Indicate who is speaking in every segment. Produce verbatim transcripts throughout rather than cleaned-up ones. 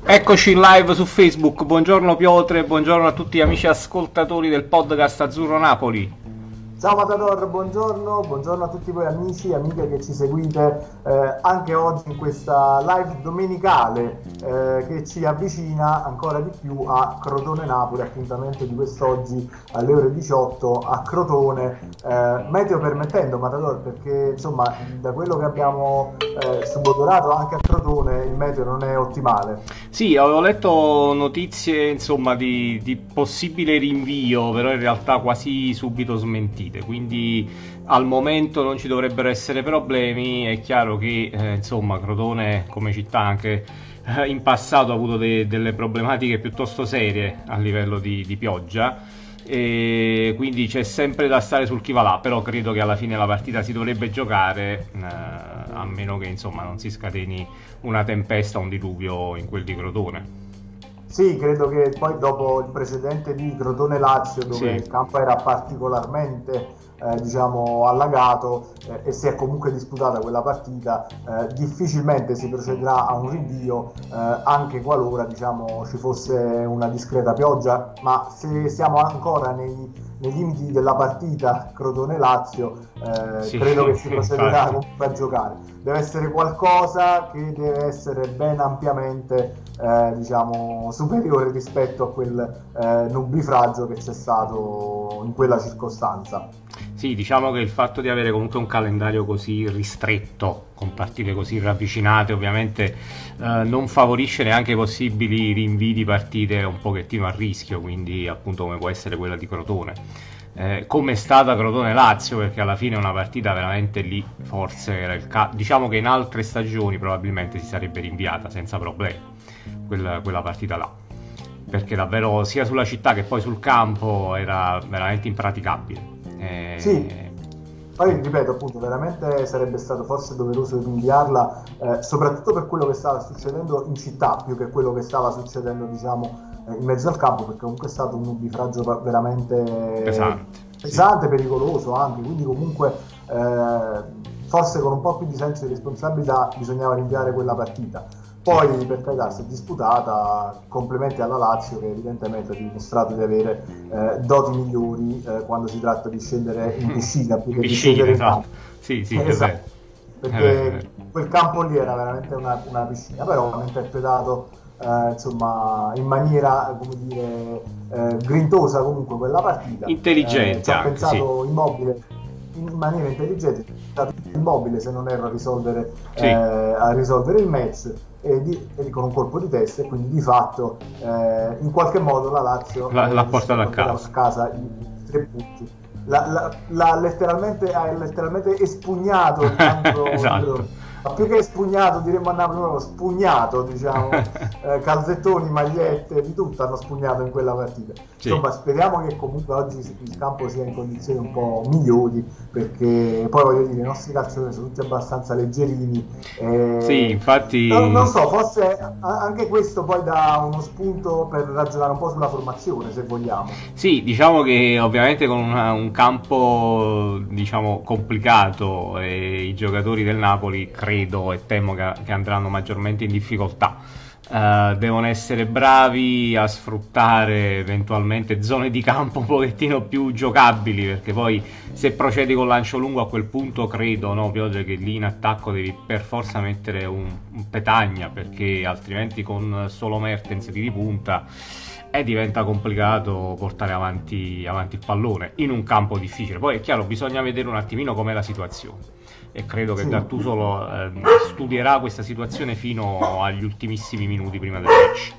Speaker 1: Eccoci in live su Facebook, buongiorno Piotre, buongiorno a tutti gli amici ascoltatori del podcast Azzurro Napoli.
Speaker 2: Ciao Matador, buongiorno, buongiorno a tutti voi amici e amiche che ci seguite eh, anche oggi in questa live domenicale eh, che ci avvicina ancora di più a Crotone-Napoli, appuntamento di quest'oggi alle ore diciotto a Crotone, eh, meteo permettendo Matador, perché insomma da quello che abbiamo eh, subodorato anche a Crotone il meteo non è ottimale.
Speaker 1: Sì, avevo letto notizie insomma di, di possibile rinvio, però in realtà quasi subito smentite. Quindi al momento non ci dovrebbero essere problemi. È chiaro che eh, insomma Crotone come città anche eh, in passato ha avuto de- delle problematiche piuttosto serie a livello di, di pioggia, e quindi c'è sempre da stare sul chi va là, però credo che alla fine la partita si dovrebbe giocare, eh, a meno che insomma non si scateni una tempesta, un diluvio in quel di Crotone.
Speaker 2: Sì, credo che poi dopo il precedente di Crotone-Lazio, dove
Speaker 1: Sì.
Speaker 2: il campo era particolarmente eh, diciamo allagato eh, e si è comunque disputata quella partita, eh, difficilmente si procederà a un rinvio, eh, anche qualora diciamo ci fosse una discreta pioggia, ma se siamo ancora nei, nei limiti della partita Crotone-Lazio, eh,
Speaker 1: Sì,
Speaker 2: credo che si procederà
Speaker 1: infatti.
Speaker 2: comunque a giocare. Deve essere qualcosa che deve essere ben ampiamente eh, diciamo superiore rispetto a quel eh, nubifragio che c'è stato in quella circostanza.
Speaker 1: Sì, diciamo che il fatto di avere comunque un calendario così ristretto, con partite così ravvicinate, ovviamente eh, non favorisce neanche i possibili rinvii di partite un pochettino a rischio, quindi appunto come può essere quella di Crotone. Eh, come è stata Crotone-Lazio, perché alla fine è una partita veramente lì, forse era il caso. Diciamo che in altre stagioni probabilmente si sarebbe rinviata senza problemi quella, quella partita là, perché davvero sia sulla città che poi sul campo era veramente impraticabile. Eh...
Speaker 2: Sì. Poi ripeto, appunto, veramente sarebbe stato forse doveroso rinviarla, eh, soprattutto per quello che stava succedendo in città, più che quello che stava succedendo, diciamo, eh, in mezzo al campo, perché comunque è stato un nubifragio veramente
Speaker 1: pesante,
Speaker 2: pesante,
Speaker 1: sì.
Speaker 2: Pericoloso anche, quindi comunque eh, forse con un po' più di senso di responsabilità bisognava rinviare quella partita. Poi per carità si è disputata, complimenti alla Lazio che evidentemente ha dimostrato di avere eh, doti migliori eh, quando si tratta di scendere in piscina più che
Speaker 1: Piscina,
Speaker 2: di scendere in
Speaker 1: esatto.
Speaker 2: campo.
Speaker 1: Sì, sì,
Speaker 2: Eh,
Speaker 1: è
Speaker 2: esatto.
Speaker 1: vero.
Speaker 2: Perché
Speaker 1: È vero.
Speaker 2: quel campo lì era veramente una, una piscina, però hanno interpretato eh, insomma in maniera, come dire, eh, grintosa comunque quella partita.
Speaker 1: Intelligente
Speaker 2: Eh, ci ha
Speaker 1: anche,
Speaker 2: pensato Immobile in maniera intelligente, Immobile se non erro a risolvere,
Speaker 1: Sì.
Speaker 2: eh, a risolvere il match e, di, e con un colpo di testa, e quindi di fatto eh, in qualche modo la Lazio
Speaker 1: L'ha- l'ha
Speaker 2: eh,
Speaker 1: portata a
Speaker 2: portava
Speaker 1: casa.
Speaker 2: a casa i tre punti. L'ha, l'ha, l'ha letteralmente, ha letteralmente espugnato il campo,
Speaker 1: Esatto.
Speaker 2: ma più che espugnato diremmo a Napoli proprio spugnato, diciamo, eh, calzettoni, magliette, di tutto hanno spugnato in quella partita.
Speaker 1: Sì.
Speaker 2: Insomma, speriamo che comunque oggi il campo sia in condizioni un po' migliori, perché poi voglio dire, i nostri calciatori sono tutti abbastanza leggerini. Eh,
Speaker 1: Sì, infatti.
Speaker 2: non, non so, forse a- anche questo poi dà uno spunto per ragionare un po' sulla formazione, se vogliamo.
Speaker 1: Sì, diciamo che ovviamente con una- un campo diciamo complicato, e i giocatori del Napoli credo e temo che, che andranno maggiormente in difficoltà. Eh, devono essere bravi a sfruttare eventualmente zone di campo un pochettino più giocabili, perché poi se procedi con lancio lungo a quel punto credo, no, Piotr, che lì in attacco devi per forza mettere un, un Petagna, perché altrimenti con solo Mertens di ripunta e diventa complicato portare avanti, avanti il pallone in un campo difficile. Poi è chiaro, bisogna vedere un attimino com'è la situazione, e credo che
Speaker 2: Sì.
Speaker 1: Gattuso eh, studierà questa situazione fino agli ultimissimi minuti prima del match.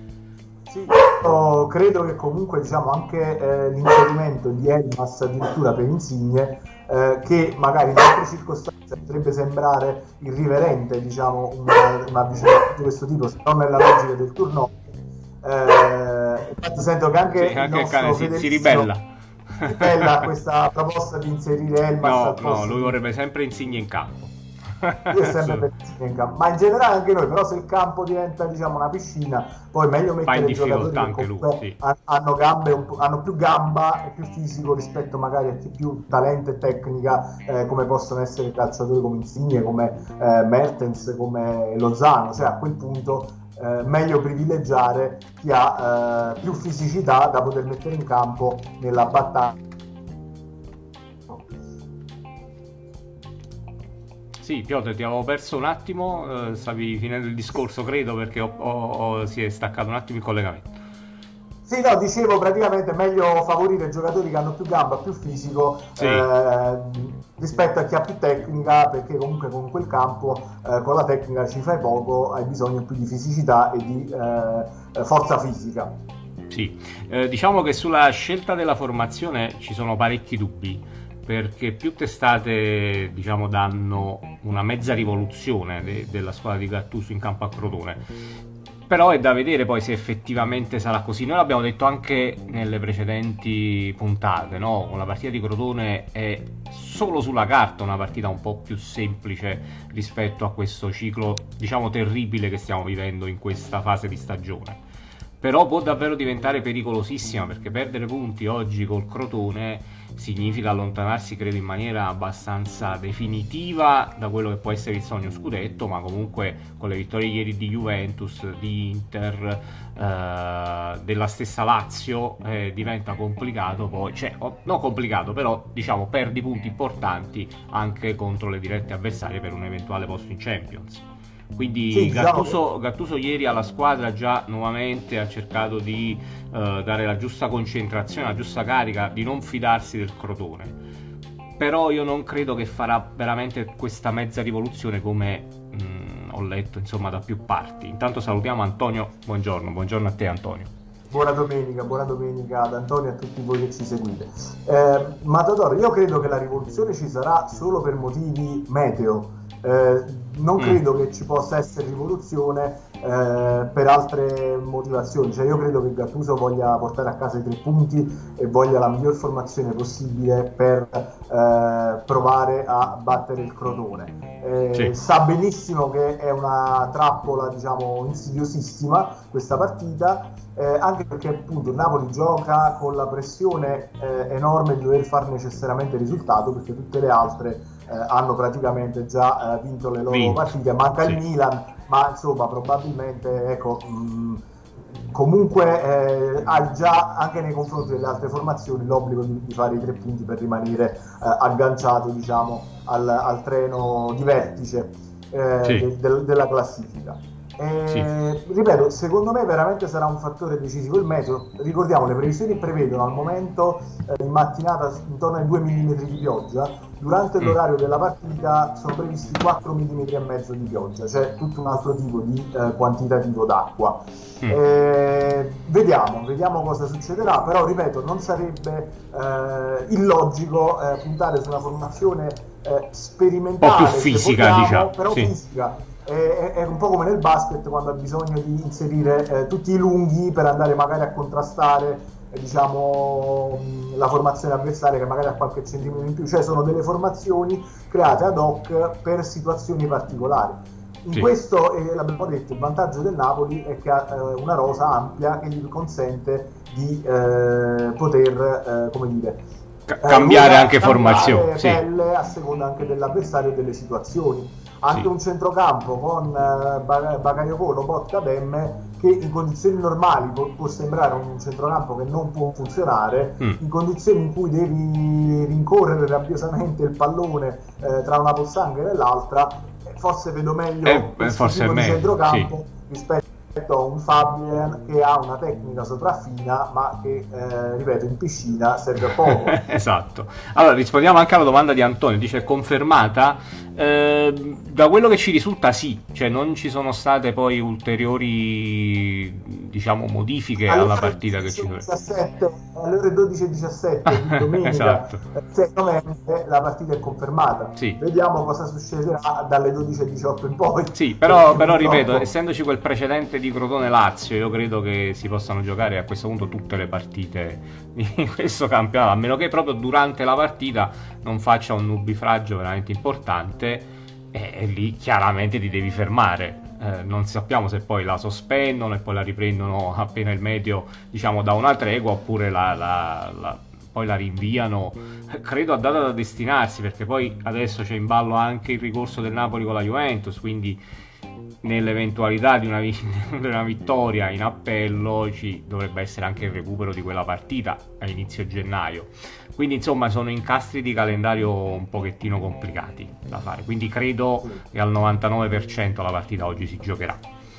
Speaker 2: Sì, io credo che comunque diciamo anche eh, l'inserimento di Elmas addirittura per Insigne, eh, che magari in altre circostanze potrebbe sembrare irriverente, diciamo, una, una avvicinamento di questo tipo, se non nella logica del turnover. Eh, infatti sento che anche,
Speaker 1: Sì, anche
Speaker 2: il
Speaker 1: il cane
Speaker 2: nostro
Speaker 1: si, si
Speaker 2: Federico
Speaker 1: ribella.
Speaker 2: ribella a questa proposta di inserire Elmas
Speaker 1: No,
Speaker 2: al
Speaker 1: no,
Speaker 2: posto
Speaker 1: lui
Speaker 2: di-
Speaker 1: vorrebbe sempre Insigne in campo.
Speaker 2: Io è sempre per Insigne in campo, ma in generale anche noi, però se il campo diventa diciamo una piscina, poi meglio
Speaker 1: Fa in
Speaker 2: mettere giocatori
Speaker 1: difficoltà
Speaker 2: che
Speaker 1: anche lui,
Speaker 2: comunque
Speaker 1: sì.
Speaker 2: ha- hanno gambe, un po'- hanno più gamba e più fisico rispetto magari a chi più talento e tecnica, eh, come possono essere calciatori come Insigne, come eh, Mertens, come Lozano, cioè a quel punto eh, meglio privilegiare chi ha eh, più fisicità da poter mettere in campo nella battaglia.
Speaker 1: Sì, Piotr, ti avevo perso un attimo, eh, stavi finendo il discorso, credo, perché ho, ho, ho, si è staccato un attimo il collegamento.
Speaker 2: Sì, no, dicevo praticamente meglio favorire giocatori che hanno più gamba, più fisico, sì. eh, rispetto a chi ha più tecnica, perché comunque con quel campo, eh, con la tecnica ci fai poco, hai bisogno più di fisicità e di eh, forza fisica.
Speaker 1: Sì, eh, diciamo che sulla scelta della formazione ci sono parecchi dubbi, perché più testate, diciamo, danno una mezza rivoluzione de- della squadra di Gattuso in campo a Crotone. Però è da vedere poi se effettivamente sarà così. Noi l'abbiamo detto anche nelle precedenti puntate, no? La partita di Crotone è solo sulla carta una partita un po' più semplice rispetto a questo ciclo, diciamo, terribile che stiamo vivendo in questa fase di stagione. Però può davvero diventare pericolosissima, perché perdere punti oggi col Crotone significa allontanarsi, credo, in maniera abbastanza definitiva da quello che può essere il sogno scudetto, ma comunque con le vittorie ieri di Juventus, di Inter, eh, della stessa Lazio, eh, diventa complicato poi, cioè oh, non complicato, però diciamo perdi punti importanti anche contro le dirette avversarie per un eventuale posto in Champions. Quindi sì, Gattuso, Gattuso ieri alla squadra già nuovamente ha cercato di uh, dare la giusta concentrazione, la giusta carica, di non fidarsi del Crotone. Però io non credo che farà veramente questa mezza rivoluzione come mh, ho letto, insomma, da più parti. Intanto salutiamo Antonio, buongiorno, buongiorno a te Antonio.
Speaker 2: Buona domenica, buona domenica ad Antonio e a tutti voi che ci seguite. Eh, Matador, io credo che la rivoluzione ci sarà solo per motivi meteo. Eh, non credo mm. che ci possa essere rivoluzione eh, per altre motivazioni, cioè io credo che Gattuso voglia portare a casa i tre punti e voglia la miglior formazione possibile per eh, provare a battere il Crotone. Eh, sì. Sa benissimo che è una trappola, diciamo, insidiosissima questa partita, eh, anche perché appunto il Napoli gioca con la pressione eh, enorme di dover fare necessariamente risultato, perché tutte le altre Eh, hanno praticamente già eh, vinto le loro Vinto. partite, manca sì. il Milan, ma insomma probabilmente ecco mh, comunque eh, ha già anche nei confronti delle altre formazioni l'obbligo di, di fare i tre punti per rimanere eh, agganciato, diciamo, al, al treno di vertice eh, sì. de, de, della classifica. Eh, sì. Ripeto, secondo me veramente sarà un fattore decisivo il meteo. Ricordiamo, le previsioni prevedono al momento eh, in mattinata intorno ai due millimetri di pioggia. Durante mm. l'orario della partita sono previsti quattro millimetri e mezzo di pioggia, cioè tutto un altro tipo di eh, quantitativo d'acqua. Mm. Eh, vediamo, vediamo cosa succederà, però ripeto, non sarebbe eh, illogico eh, puntare su una formazione eh, sperimentale,
Speaker 1: un po' più fisica,
Speaker 2: vogliamo,
Speaker 1: diciamo,
Speaker 2: però
Speaker 1: sì.
Speaker 2: fisica. È, è un po' come nel basket, quando ha bisogno di inserire eh, tutti i lunghi per andare magari a contrastare eh, diciamo la formazione avversaria che magari ha qualche centimetro in più, cioè sono delle formazioni create ad hoc per situazioni particolari. In sì. questo, eh, l'abbiamo detto, il vantaggio del Napoli è che ha eh, una rosa ampia che gli consente di eh, poter, eh, come dire,
Speaker 1: C- cambiare eh, anche formazione, sì.
Speaker 2: a seconda anche dell'avversario e delle situazioni. Anche sì. un centrocampo con uh, Bakayoko, Lobotka, Bemme, che in condizioni normali può, può sembrare un centrocampo che non può funzionare, mm. in condizioni in cui devi rincorrere rabbiosamente il pallone eh, tra una pozzanghera e l'altra, forse vedo meglio
Speaker 1: eh,
Speaker 2: questo
Speaker 1: forse
Speaker 2: tipo di
Speaker 1: meglio,
Speaker 2: centrocampo
Speaker 1: sì.
Speaker 2: rispetto a un Fabian che ha una tecnica sopraffina, ma che, eh, ripeto, in piscina serve a poco.
Speaker 1: Esatto. Allora, rispondiamo anche alla domanda di Antonio, dice: confermata? Eh, da quello che ci risulta sì, cioè non ci sono state poi ulteriori, diciamo, modifiche alle alla partita che ci
Speaker 2: sono. Alle ore dodici e diciassette di domenica
Speaker 1: esatto.
Speaker 2: sei novembre la partita è confermata. Sì. Vediamo cosa succederà dalle dodici e diciotto in poi.
Speaker 1: Sì, però, però ripeto, essendoci quel precedente di Crotone-Lazio, io credo che si possano giocare a questo punto tutte le partite di questo campionato, a meno che proprio durante la partita non faccia un nubifragio veramente importante, e, e lì chiaramente ti devi fermare. Eh, non sappiamo se poi la sospendono e poi la riprendono appena il meteo, diciamo, da una tregua, oppure la, la, la, poi la rinviano, credo a data da destinarsi, perché poi adesso c'è in ballo anche il ricorso del Napoli con la Juventus, quindi nell'eventualità di una, vi- di una vittoria in appello ci dovrebbe essere anche il recupero di quella partita a inizio gennaio. Quindi insomma sono incastri di calendario un pochettino complicati da fare, quindi credo che al novantanove per cento la partita oggi si giocherà.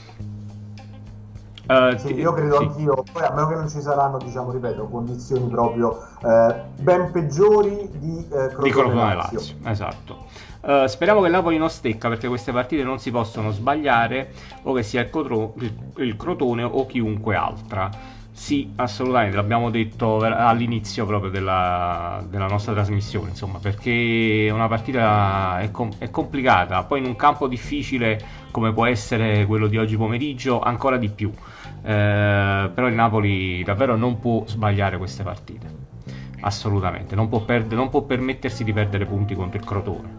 Speaker 2: Uh, sì, io credo sì. Anch'io, poi a meno che non ci saranno, diciamo, ripeto, condizioni proprio eh, ben peggiori di eh, Crotone,
Speaker 1: di Crotone Lazio. Lazio. Esatto. Uh, speriamo che il Napoli non stecca, perché queste partite non si possono sbagliare, o che sia il, Cotro- il, il Crotone o chiunque altra. Sì, assolutamente, l'abbiamo detto all'inizio proprio della, della nostra trasmissione, insomma, perché una partita è, com- è complicata, poi in un campo difficile come può essere quello di oggi pomeriggio ancora di più, eh, però il Napoli davvero non può sbagliare queste partite, assolutamente, non può, perde- non può permettersi di perdere punti contro il Crotone.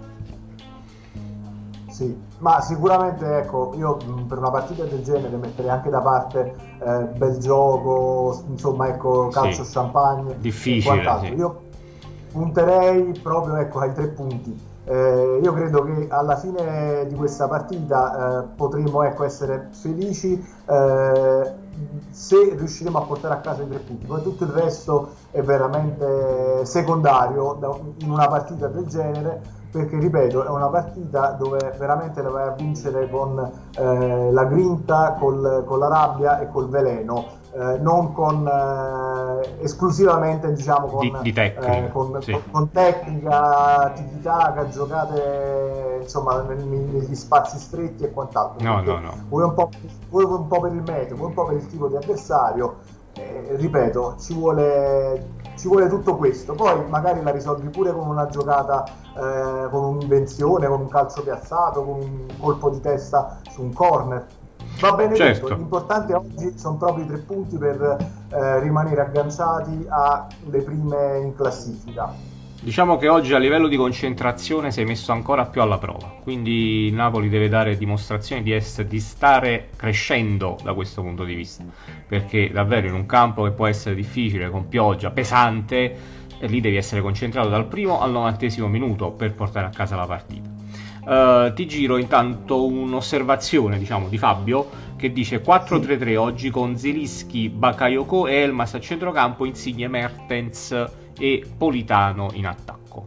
Speaker 2: Sì, ma sicuramente, ecco, io mh, per una partita del genere metterei anche da parte eh, bel gioco, insomma, ecco, calcio,
Speaker 1: sì,
Speaker 2: champagne,
Speaker 1: difficile, sì.
Speaker 2: Io punterei proprio, ecco, ai tre punti. Eh, io credo che alla fine di questa partita eh, potremo, ecco, essere felici eh, se riusciremo a portare a casa i tre punti. Poi tutto il resto è veramente secondario da, in una partita del genere, perché ripeto, è una partita dove veramente la vai a vincere con eh, la grinta, col, con la rabbia e col veleno, eh, non con eh, esclusivamente, diciamo, con,
Speaker 1: di, di tecnica,
Speaker 2: eh, con,
Speaker 1: sì.
Speaker 2: con, con tecnica, tiki-taka, giocate insomma nel, negli spazi stretti e quant'altro.
Speaker 1: No, no, no.
Speaker 2: Vuoi un po', vuoi un po' per il metodo, vuoi un po' per il tipo di avversario. Eh, ripeto, ci vuole, ci vuole tutto questo, poi magari la risolvi pure con una giocata, eh, con un'invenzione, con un calcio piazzato, con un colpo di testa su un corner, va bene,
Speaker 1: certo.
Speaker 2: Tutto. L'importante oggi sono proprio i tre punti per eh, rimanere agganciati alle prime in classifica.
Speaker 1: Diciamo che oggi a livello di concentrazione sei messo ancora più alla prova, quindi il Napoli deve dare dimostrazione di, essere, di stare crescendo da questo punto di vista, perché davvero in un campo che può essere difficile, con pioggia, pesante, e lì devi essere concentrato dal primo al novantesimo minuto per portare a casa la partita. Uh, ti giro intanto un'osservazione, diciamo, di Fabio, che dice quattro tre tre oggi con Zelinski, Bakayoko e Elmas a centrocampo, Insigne, Mertens e Politano in attacco.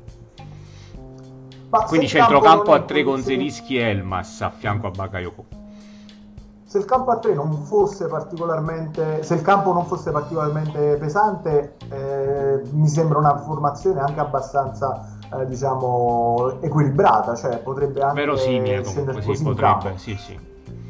Speaker 1: Ma quindi centrocampo a tre con Zelinski e Elmas a fianco a Bakayoko.
Speaker 2: Se il campo a tre non fosse particolarmente, se il campo non fosse particolarmente pesante, eh, mi sembra una formazione anche abbastanza eh, diciamo equilibrata, cioè potrebbe anche
Speaker 1: verosimile,
Speaker 2: scendere
Speaker 1: sì,
Speaker 2: così
Speaker 1: potrebbe,
Speaker 2: in campo.
Speaker 1: sì, sì.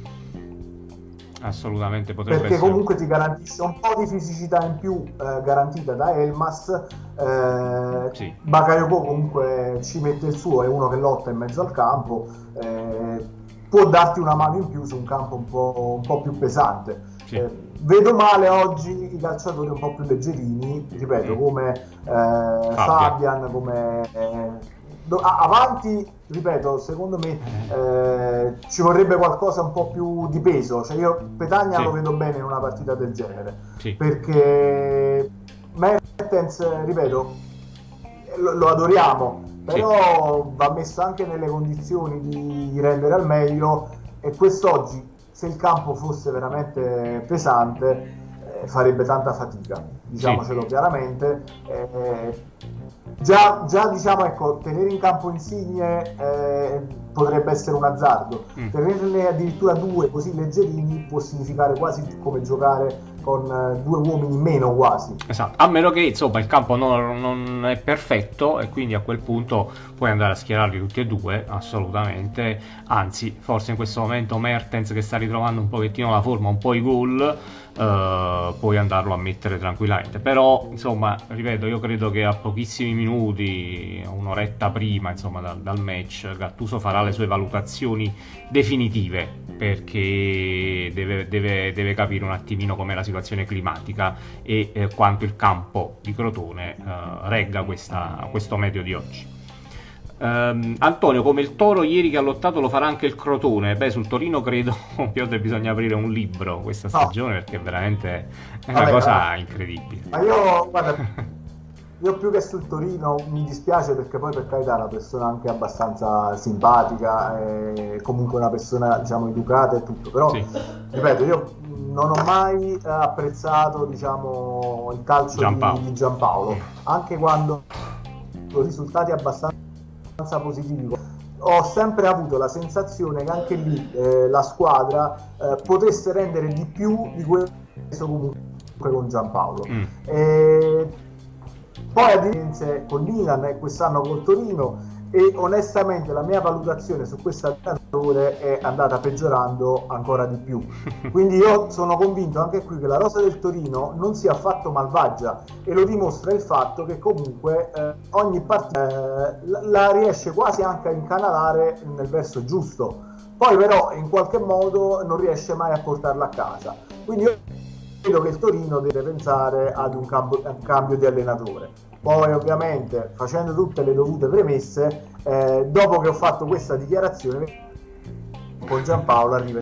Speaker 1: Assolutamente potrebbe
Speaker 2: perché
Speaker 1: essere.
Speaker 2: Comunque ti garantisce un po' di fisicità in più eh, garantita da Elmas, eh,
Speaker 1: sì.
Speaker 2: Bakayoko comunque ci mette il suo, è uno che lotta in mezzo al campo, eh, può darti una mano in più su un campo un po', un po' più pesante. Sì. Eh, vedo male oggi i calciatori un po' più leggerini, ripeto, mm. come eh, Fabian, come eh, avanti, ripeto, secondo me eh, ci vorrebbe qualcosa un po' più di peso, cioè io Petagna sì. lo vedo bene in una partita del genere, sì. perché Mertens, ripeto, lo, lo adoriamo, però sì. va messo anche nelle condizioni di rendere al meglio, e quest'oggi, se il campo fosse veramente pesante, eh, farebbe tanta fatica, diciamocelo sì. chiaramente. Eh, Già, già diciamo, ecco, tenere in campo Insigne eh, potrebbe essere un azzardo, mm. tenerne addirittura due così leggerini può significare quasi come giocare con eh, due uomini in meno quasi.
Speaker 1: Esatto, a meno che insomma il campo non, non è perfetto, e quindi a quel punto puoi andare a schierarli tutti e due, assolutamente, anzi forse in questo momento Mertens, che sta ritrovando un pochettino la forma, un po' i gol, Uh, puoi andarlo a mettere tranquillamente, però insomma, ripeto, io credo che a pochissimi minuti, un'oretta prima insomma dal, dal match, Gattuso farà le sue valutazioni definitive, perché deve, deve, deve capire un attimino com'è la situazione climatica e eh, quanto il campo di Crotone uh, regga questa, questo meteo di oggi. Um, Antonio, come il Toro ieri che ha lottato, lo farà anche il Crotone? Beh, sul Torino credo Piotr, bisogna aprire un libro questa stagione, no. perché veramente è una Vabbè, cosa no. incredibile.
Speaker 2: Ma io, guarda, io più che sul Torino mi dispiace, perché poi per carità è una persona anche abbastanza simpatica, e comunque una persona diciamo educata e tutto, però sì, ripeto, io non ho mai apprezzato diciamo il calcio
Speaker 1: Giampaolo.
Speaker 2: di, di Giampaolo, anche quando risultati abbastanza positivi. Ho sempre avuto la sensazione che anche lì eh, la squadra eh, potesse rendere di più di quello comunque con Giampaolo. Mm. E poi a differenza con l'Ilan e quest'anno col Torino, e onestamente la mia valutazione su questo allenatore è andata peggiorando ancora di più. Quindi io sono convinto anche qui che la rosa del Torino non sia affatto malvagia, e lo dimostra il fatto che comunque eh, ogni partita eh, la, la riesce quasi anche a incanalare nel verso giusto, poi però in qualche modo non riesce mai a portarla a casa. Quindi io credo che il Torino deve pensare ad un cambio, un cambio di allenatore. Poi ovviamente, facendo tutte le dovute premesse, eh, dopo che ho fatto questa dichiarazione con Giampaolo arriva.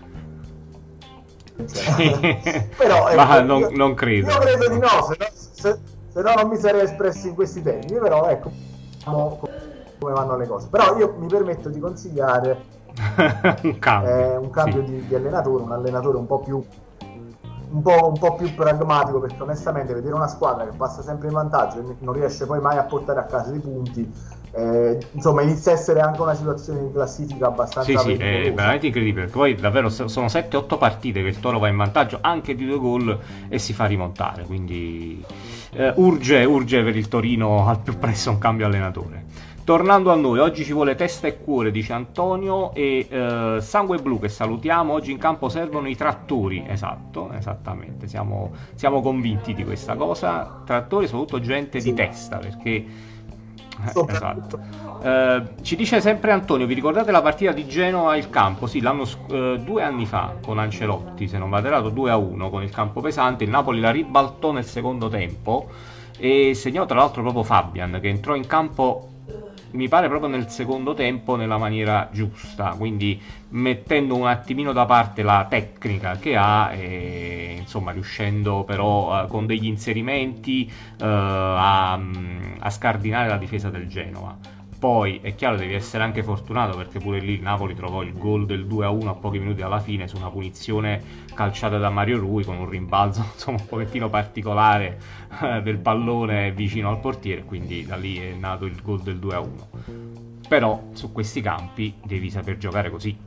Speaker 1: Sì.
Speaker 2: Però eh,
Speaker 1: ma
Speaker 2: io,
Speaker 1: non, non credo
Speaker 2: io credo di no, se no, se, se no non mi sarei espresso in questi termini. Però ecco come vanno le cose. Però io mi permetto di consigliare
Speaker 1: un cambio,
Speaker 2: eh, un cambio sì. di, di allenatore, un allenatore un po' più Un po', un po' più pragmatico, perché onestamente vedere una squadra che passa sempre in vantaggio e non riesce poi mai a portare a casa i punti, eh, insomma inizia a essere anche una situazione di classifica abbastanza
Speaker 1: sì sì, è veramente incredibile, perché poi davvero sono sette otto partite che il Toro va in vantaggio anche di due gol e si fa rimontare, quindi eh, urge, urge per il Torino al più presto un cambio allenatore. Tornando a noi, oggi ci vuole testa e cuore, dice Antonio, e eh, Sangue Blu che salutiamo. Oggi in campo servono i trattori, esatto, esattamente, siamo, siamo convinti di questa cosa, trattori, soprattutto gente sì. di testa, perché eh, esatto. Eh, ci dice sempre Antonio, vi ricordate la partita di Genova il campo? Sì, l'anno eh, due anni fa con Ancelotti, se non vado errato, due a uno con il campo pesante, il Napoli la ribaltò nel secondo tempo e segnò tra l'altro proprio Fabian, che entrò in campo mi pare proprio nel secondo tempo nella maniera giusta, quindi mettendo un attimino da parte la tecnica che ha e insomma riuscendo però uh, con degli inserimenti uh, a, a scardinare la difesa del Genova. Poi è chiaro, devi essere anche fortunato, perché pure lì il Napoli trovò il gol del due a uno a pochi minuti alla fine su una punizione calciata da Mario Rui con un rimbalzo insomma un pochettino particolare eh, del pallone vicino al portiere, quindi da lì è nato il gol del due a uno. Però su questi campi devi saper giocare così.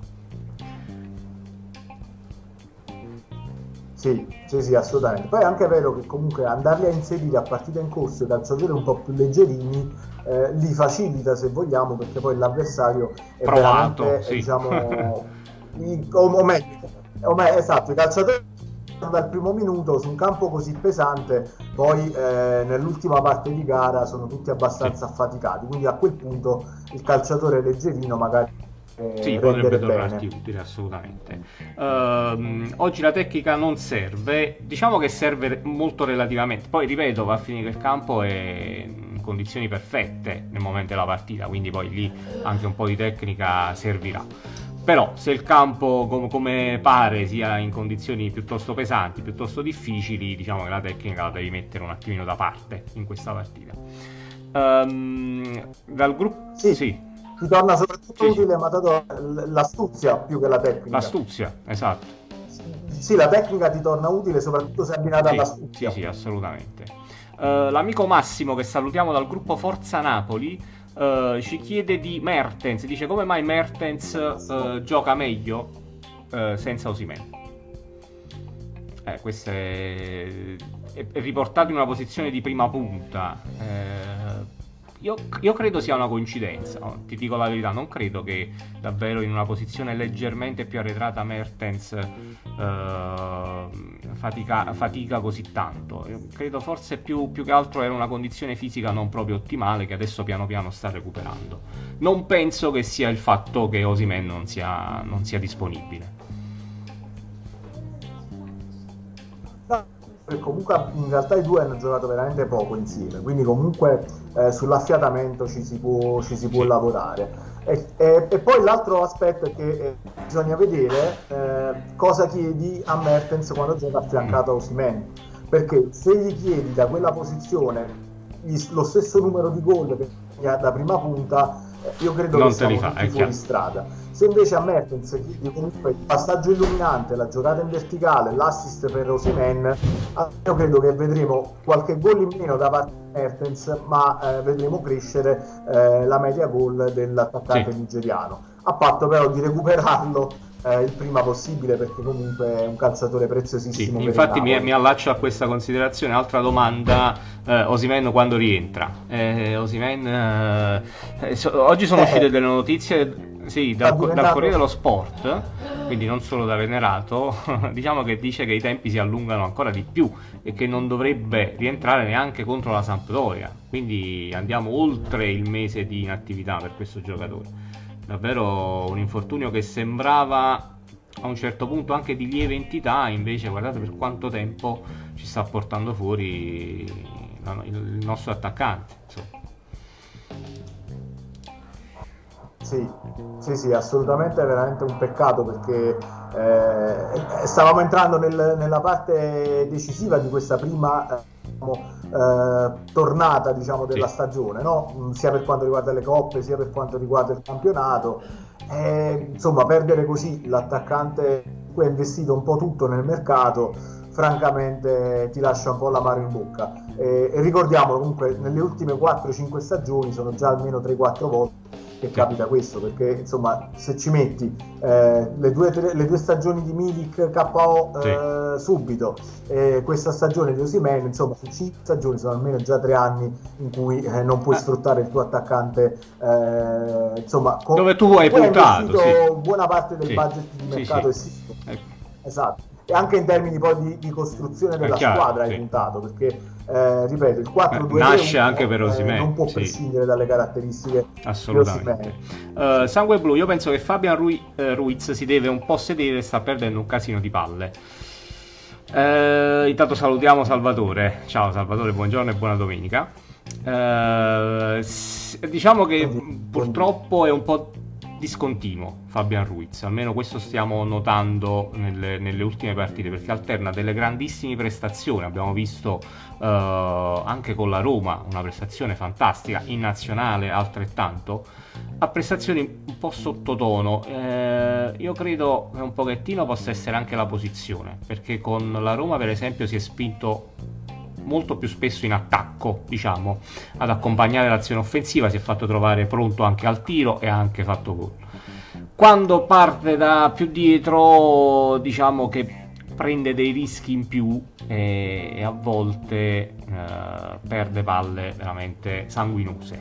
Speaker 2: Sì, sì, sì, assolutamente. Poi è anche vero che comunque andarli a inserire a partita in corso i calciatori un po' più leggerini eh, li facilita, se vogliamo, perché poi l'avversario è
Speaker 1: provato,
Speaker 2: veramente,
Speaker 1: sì.
Speaker 2: diciamo, i, o, o, meglio, o meglio, esatto, i calciatori dal primo minuto su un campo così pesante, poi eh, nell'ultima parte di gara sono tutti abbastanza sì. affaticati, quindi a quel punto il calciatore leggerino magari
Speaker 1: sì, potrebbe tornarti utile assolutamente. Uh, oggi la tecnica non serve, diciamo che serve molto relativamente, poi ripeto, va a finire che il campo è in condizioni perfette nel momento della partita, quindi poi lì anche un po' di tecnica servirà. Però se il campo com- come pare sia in condizioni piuttosto pesanti, piuttosto difficili, diciamo che la tecnica la devi mettere un attimino da parte in questa partita. Um, dal gruppo
Speaker 2: sì.
Speaker 1: sì.
Speaker 2: Ti torna soprattutto
Speaker 1: sì,
Speaker 2: utile
Speaker 1: sì.
Speaker 2: Matador, l'astuzia più che la tecnica.
Speaker 1: L'astuzia, esatto.
Speaker 2: Sì, la tecnica ti torna utile soprattutto se abbinata
Speaker 1: sì,
Speaker 2: all'astuzia.
Speaker 1: Sì, sì, assolutamente. Uh, l'amico Massimo, che salutiamo dal gruppo Forza Napoli, uh, ci chiede di Mertens. Dice: come mai Mertens uh, gioca meglio uh, senza Osimhen? Eh, questo è, è, è riportato in una posizione di prima punta. Eh, Io, io credo sia una coincidenza, no? Ti dico la verità, non credo che davvero in una posizione leggermente più arretrata Mertens uh, fatica, fatica così tanto. Io credo forse più, più che altro era una condizione fisica non proprio ottimale che adesso piano piano sta recuperando. Non penso che sia il fatto che Osimhen non sia, non sia disponibile.
Speaker 2: Comunque in realtà i due hanno giocato veramente poco insieme, quindi comunque eh, sull'affiatamento ci si può, ci si può sì. lavorare e, e, e poi l'altro aspetto è che eh, bisogna vedere eh, cosa chiedi a Mertens quando gioca affiancato a Osimhen, perché se gli chiedi da quella posizione gli, lo stesso numero di gol che ha da prima punta, eh, io credo
Speaker 1: non
Speaker 2: che siamo
Speaker 1: fa,
Speaker 2: tutti fuori strada. Se invece a Mertens comunque il passaggio illuminante, la giocata in verticale, l'assist per Osimhen, io credo che vedremo qualche gol in meno da parte di Mertens, ma eh, vedremo crescere eh, la media gol dell'attaccante sì. nigeriano, a patto però di recuperarlo Eh, il prima possibile, perché comunque è un calciatore preziosissimo.
Speaker 1: Sì, infatti mi, mi allaccio a questa considerazione. Altra domanda, eh, Osimhen quando rientra? Eh, Osimhen, eh, so, oggi sono eh, uscite delle notizie sì, dal, dal Corriere dello Sport, quindi non solo da Venerato, diciamo che dice che i tempi si allungano ancora di più e che non dovrebbe rientrare neanche contro la Sampdoria, quindi andiamo oltre il mese di inattività per questo giocatore. Davvero un infortunio che sembrava a un certo punto anche di lieve entità, invece guardate per quanto tempo ci sta portando fuori il nostro attaccante. Insomma.
Speaker 2: Sì, sì, sì, assolutamente, è veramente un peccato, perché eh, stavamo entrando nel, nella parte decisiva di questa prima eh, Eh, tornata, diciamo, della sì. stagione, no? Sia per quanto riguarda le coppe, sia per quanto riguarda il campionato. Eh, insomma, perdere così l'attaccante che ha investito un po' tutto nel mercato, francamente ti lascia un po' l'amaro in bocca. Eh, e ricordiamo comunque, nelle ultime quattro cinque stagioni sono già almeno tre quattro volte che capita questo, perché insomma se ci metti eh, le, due, tre, le due stagioni di Milik K O eh, sì. subito e questa stagione di Osimhen, insomma su cinque stagioni sono almeno già tre anni in cui eh, non puoi eh. sfruttare il tuo attaccante, eh, insomma con,
Speaker 1: dove tu hai puntato sì.
Speaker 2: buona parte del sì. budget di mercato sì, sì. Eh. esatto, e anche in termini poi di, di costruzione della chiaro, squadra sì. hai puntato, perché eh, ripeto, il quattro due
Speaker 1: nasce anche per Osimhen,
Speaker 2: eh, non può
Speaker 1: sì.
Speaker 2: prescindere dalle caratteristiche
Speaker 1: assolutamente. Uh, Sangue Blu, io penso che Fabian Ruiz, uh, Ruiz si deve un po' sedere e sta perdendo un casino di palle. Uh, intanto salutiamo Salvatore. Ciao Salvatore, buongiorno e buona domenica. Uh, s- diciamo che Buongiorno. purtroppo è un po' discontinuo Fabian Ruiz, almeno questo stiamo notando nelle, nelle ultime partite, perché alterna delle grandissime prestazioni, abbiamo visto uh, anche con la Roma una prestazione fantastica, in nazionale altrettanto, a prestazioni un po' sottotono. Eh, io credo che un pochettino possa essere anche la posizione, perché con la Roma per esempio si è spinto molto più spesso in attacco, diciamo, ad accompagnare l'azione offensiva, si è fatto trovare pronto anche al tiro e ha anche fatto gol. Quando parte da più dietro, diciamo che prende dei rischi in più e, e a volte eh, perde palle veramente sanguinose.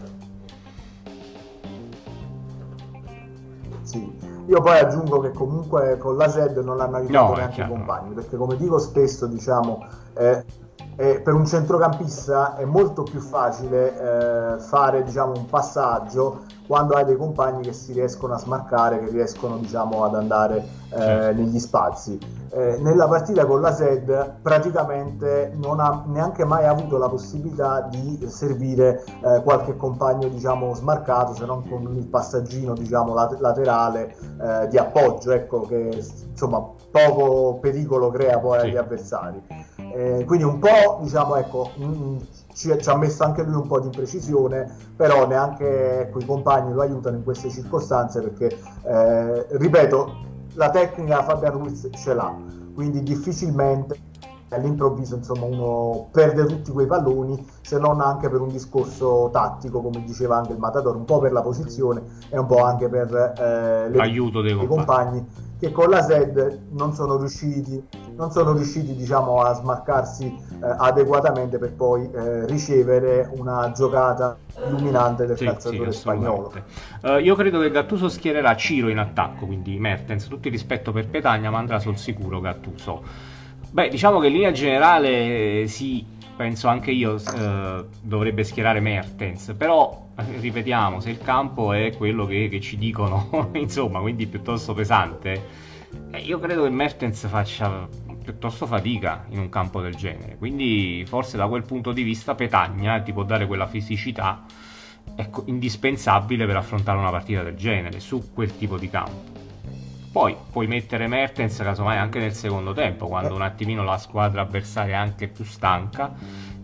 Speaker 2: Sì, io poi aggiungo che comunque con la S E D non l'hanno aiutato
Speaker 1: no,
Speaker 2: neanche i compagni, perché come dico spesso, diciamo, eh, eh, per un centrocampista è molto più facile eh, fare, diciamo, un passaggio quando hai dei compagni che si riescono a smarcare, che riescono, diciamo, ad andare eh, negli spazi. Eh, nella partita con la S E D praticamente non ha neanche mai avuto la possibilità di servire eh, qualche compagno, diciamo, smarcato, se non con il passaggino, diciamo, lat- laterale eh, di appoggio, ecco, che insomma poco pericolo crea poi agli sì. avversari. Eh, quindi un po', diciamo, ecco, mh, ci, ci ha messo anche lui un po' di imprecisione, però neanche, ecco, i compagni lo aiutano in queste circostanze, perché eh, ripeto, la tecnica Fabian Ruiz ce l'ha, quindi difficilmente all'improvviso, insomma, uno perde tutti quei palloni, se non anche per un discorso tattico, come diceva anche il Matador, un po' per la posizione e un po' anche per eh, le,
Speaker 1: l'aiuto dei compagni.
Speaker 2: compagni che con la S E D non sono riusciti non sono riusciti, diciamo, a smarcarsi eh, adeguatamente per poi eh, ricevere una giocata illuminante del sì, calciatore sì, spagnolo.
Speaker 1: Uh, io credo che Gattuso schiererà Ciro in attacco, quindi Mertens, tutto il rispetto per Petagna, ma andrà sul sicuro Gattuso. Beh, diciamo che in linea generale sì, penso anche io eh, dovrebbe schierare Mertens, però ripetiamo, se il campo è quello che, che ci dicono, insomma, quindi piuttosto pesante, eh, io credo che Mertens faccia piuttosto fatica in un campo del genere, quindi forse da quel punto di vista Petagna ti può dare quella fisicità, ecco, indispensabile per affrontare una partita del genere su quel tipo di campo. Poi puoi mettere Mertens casomai anche nel secondo tempo, quando un attimino la squadra avversaria è anche più stanca,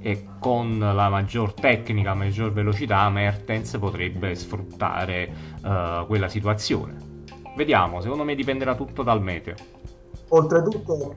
Speaker 1: e con la maggior tecnica, la maggior velocità Mertens potrebbe sfruttare uh, quella situazione. Vediamo, secondo me dipenderà tutto dal meteo.
Speaker 2: Oltretutto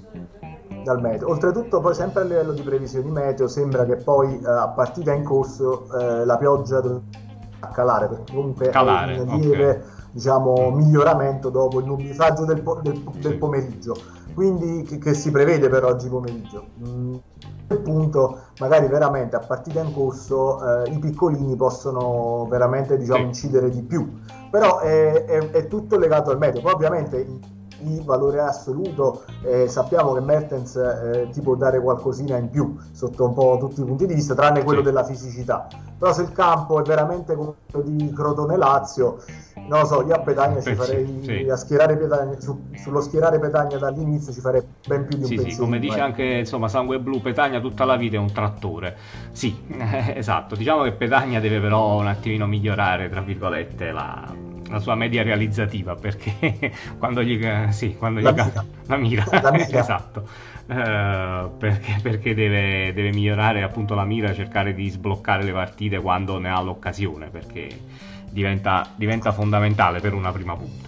Speaker 2: dal meteo. Oltretutto poi sempre a livello di previsioni meteo sembra che poi eh, a partita in corso eh, la pioggia dovrebbe calare, perché comunque
Speaker 1: calare,
Speaker 2: è un lieve
Speaker 1: okay.
Speaker 2: diciamo miglioramento dopo il nubisaggio del, po- del, del
Speaker 1: sì.
Speaker 2: pomeriggio, quindi che, che si prevede per oggi pomeriggio. Mm, a quel punto magari veramente a partita in corso eh, i piccolini possono veramente diciamo sì. incidere di più, però è, è, è tutto legato al meteo. Poi ovviamente di valore assoluto eh, sappiamo che Mertens eh, ti può dare qualcosina in più sotto un po' tutti i punti di vista, tranne quello sì. della fisicità, però se il campo è veramente come quello di Crotone Lazio, non lo so, io a Petagna ci farei sì. a schierare Petagna, su, sullo schierare Petagna dall'inizio ci farei ben più di un
Speaker 1: sì,
Speaker 2: pensiero.
Speaker 1: Sì, come dice anche insomma Sangue Blu, Petagna tutta la vita è un trattore. Sì, esatto. Diciamo che Petagna deve però un attimino migliorare, tra virgolette, la, la sua media realizzativa, perché quando gli sì, quando
Speaker 2: la
Speaker 1: gli
Speaker 2: mira,
Speaker 1: la mira,
Speaker 2: la mira.
Speaker 1: esatto. Uh, perché, perché deve, deve migliorare appunto la mira, cercare di sbloccare le partite quando ne ha l'occasione, perché diventa, diventa fondamentale per una prima punta.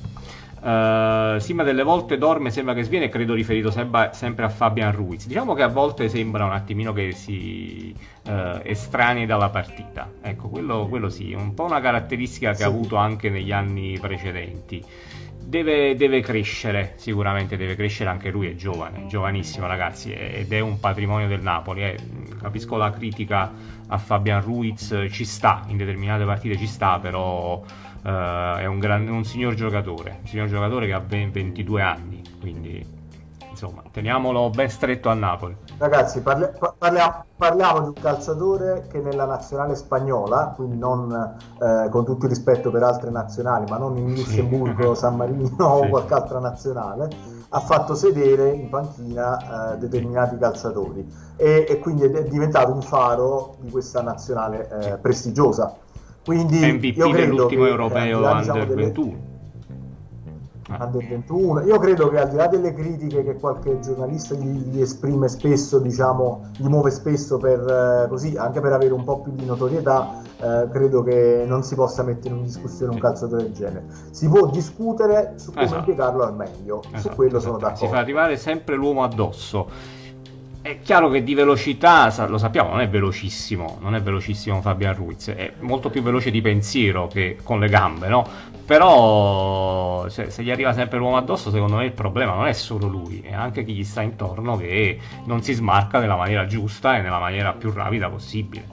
Speaker 1: Uh, sì, ma delle volte dorme, sembra che sviene, credo riferito sempre, sempre a Fabian Ruiz. Diciamo che a volte sembra un attimino che si uh, estranei dalla partita, ecco, quello, quello sì, è un po' una caratteristica che sì. ha avuto anche negli anni precedenti. Deve, deve crescere, sicuramente deve crescere, anche lui è giovane, giovanissimo ragazzi, ed è un patrimonio del Napoli. Eh. Capisco la critica a Fabian Ruiz, ci sta, in determinate partite ci sta, però uh, è un, gran, un signor giocatore, un signor giocatore che ha ventidue anni, quindi insomma teniamolo ben stretto a Napoli.
Speaker 2: Ragazzi, parli- parliamo, parliamo di un calciatore che nella nazionale spagnola, quindi non eh, con tutto il rispetto per altre nazionali, ma non in Lussemburgo, sì. San Marino sì. o qualche altra nazionale, ha fatto sedere in panchina eh, determinati calciatori e, e quindi è diventato un faro di questa nazionale eh, sì. prestigiosa. Quindi
Speaker 1: M V P
Speaker 2: io credo
Speaker 1: dell'ultimo
Speaker 2: che,
Speaker 1: europeo
Speaker 2: eh,
Speaker 1: under
Speaker 2: diciamo, delle...
Speaker 1: ventuno.
Speaker 2: Under ventuno. Io credo che al di là delle critiche che qualche giornalista gli, gli esprime spesso, diciamo, gli muove spesso per eh, così, anche per avere un po' più di notorietà, eh, credo che non si possa mettere in discussione un calciatore del genere. Si può discutere su come
Speaker 1: esatto.
Speaker 2: impiegarlo al meglio,
Speaker 1: esatto,
Speaker 2: su quello
Speaker 1: esatto.
Speaker 2: sono d'accordo.
Speaker 1: Si fa arrivare sempre l'uomo addosso. È chiaro che di velocità, lo sappiamo, non è velocissimo, non è velocissimo Fabian Ruiz, è molto più veloce di pensiero che con le gambe, no? Però se, se gli arriva sempre l'uomo addosso, secondo me il problema non è solo lui, è anche chi gli sta intorno che non si smarca nella maniera giusta e nella maniera più rapida possibile.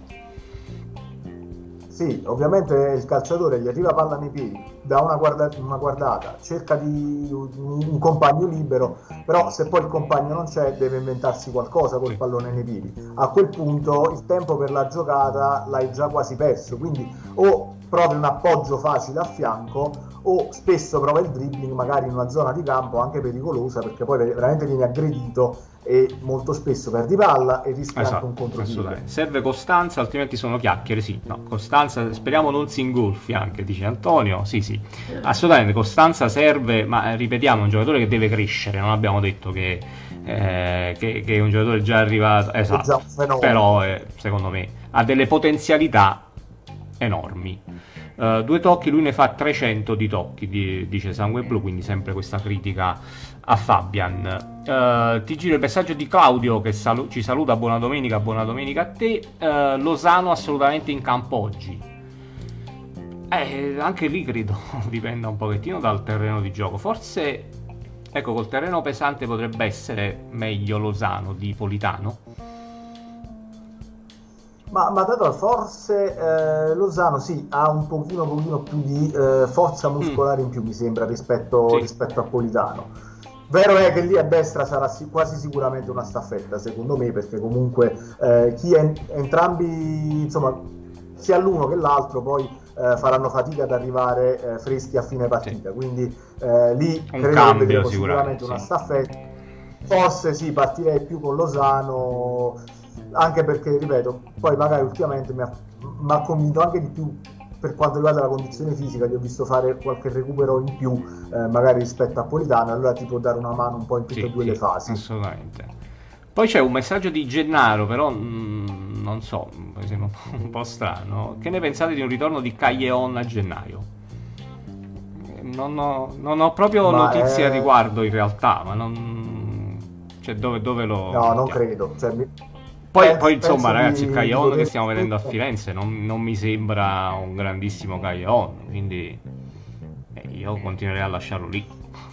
Speaker 2: Sì, ovviamente il calciatore gli arriva palla nei piedi, dà una, guarda- una guardata, cerca di un, un compagno libero, però se poi il compagno non c'è deve inventarsi qualcosa col
Speaker 1: sì.
Speaker 2: pallone nei piedi. A quel punto il tempo per la giocata l'hai già quasi perso, quindi o provi un appoggio facile a fianco o spesso prova il dribbling magari in una zona di campo anche pericolosa, perché poi veramente vieni aggredito e molto spesso perdi palla e rischi
Speaker 1: esatto,
Speaker 2: anche un contropiede.
Speaker 1: Serve costanza, altrimenti sono chiacchiere. Sì, no, costanza, speriamo non si ingolfi anche, dice Antonio. Sì, sì, assolutamente costanza serve, ma eh, ripetiamo, è un giocatore che deve crescere, non abbiamo detto che, eh, che, che è un giocatore già arrivato, esatto, però eh, secondo me ha delle potenzialità enormi. Uh, due tocchi, lui ne fa trecento di tocchi, di, dice Sangue Blu, quindi sempre questa critica a Fabian. Uh, ti giro il messaggio di Claudio che salu- ci saluta, buona domenica, buona domenica a te. uh, Lozano assolutamente in campo oggi. Eh, anche lì credo dipenda un pochettino dal terreno di gioco, forse ecco col terreno pesante potrebbe essere meglio Lozano di Politano.
Speaker 2: Ma, ma dato forse eh, Lozano sì, ha un pochino, pochino più di eh, forza muscolare mm. in più, mi sembra, rispetto, sì. rispetto a Politano. Vero è che lì a destra sarà si- quasi sicuramente una staffetta, secondo me, perché comunque eh, chi è, entrambi, insomma, sia l'uno che l'altro poi eh, faranno fatica ad arrivare eh, freschi a fine partita, sì. quindi eh, lì
Speaker 1: un
Speaker 2: credo
Speaker 1: cambio,
Speaker 2: che vedremo
Speaker 1: sicuramente
Speaker 2: sicuramente una
Speaker 1: sì.
Speaker 2: staffetta. Forse sì, partirei più con Lozano, anche perché, ripeto, poi magari ultimamente mi ha, mi ha convinto anche di più per quanto riguarda la condizione fisica, gli ho visto fare qualche recupero in più eh, magari rispetto a Politano, allora ti può dare una mano un po' in tutte
Speaker 1: sì,
Speaker 2: e due
Speaker 1: sì,
Speaker 2: le fasi.
Speaker 1: Assolutamente. Poi c'è un messaggio di Gennaro, però mh, non so, mi sembra un po', un po' strano. Che ne pensate di un ritorno di Callejon a gennaio? Non ho, non ho proprio
Speaker 2: Ma
Speaker 1: notizie
Speaker 2: è...
Speaker 1: al riguardo in realtà, ma non... Cioè dove, dove lo...
Speaker 2: No, non credo. Cioè, mi...
Speaker 1: Poi,
Speaker 2: penso,
Speaker 1: poi insomma
Speaker 2: penso
Speaker 1: ragazzi,
Speaker 2: di,
Speaker 1: il Callejon
Speaker 2: di
Speaker 1: che stiamo
Speaker 2: poter...
Speaker 1: vedendo a Firenze non, non mi sembra un grandissimo Callejon, quindi eh, io continuerei a lasciarlo lì.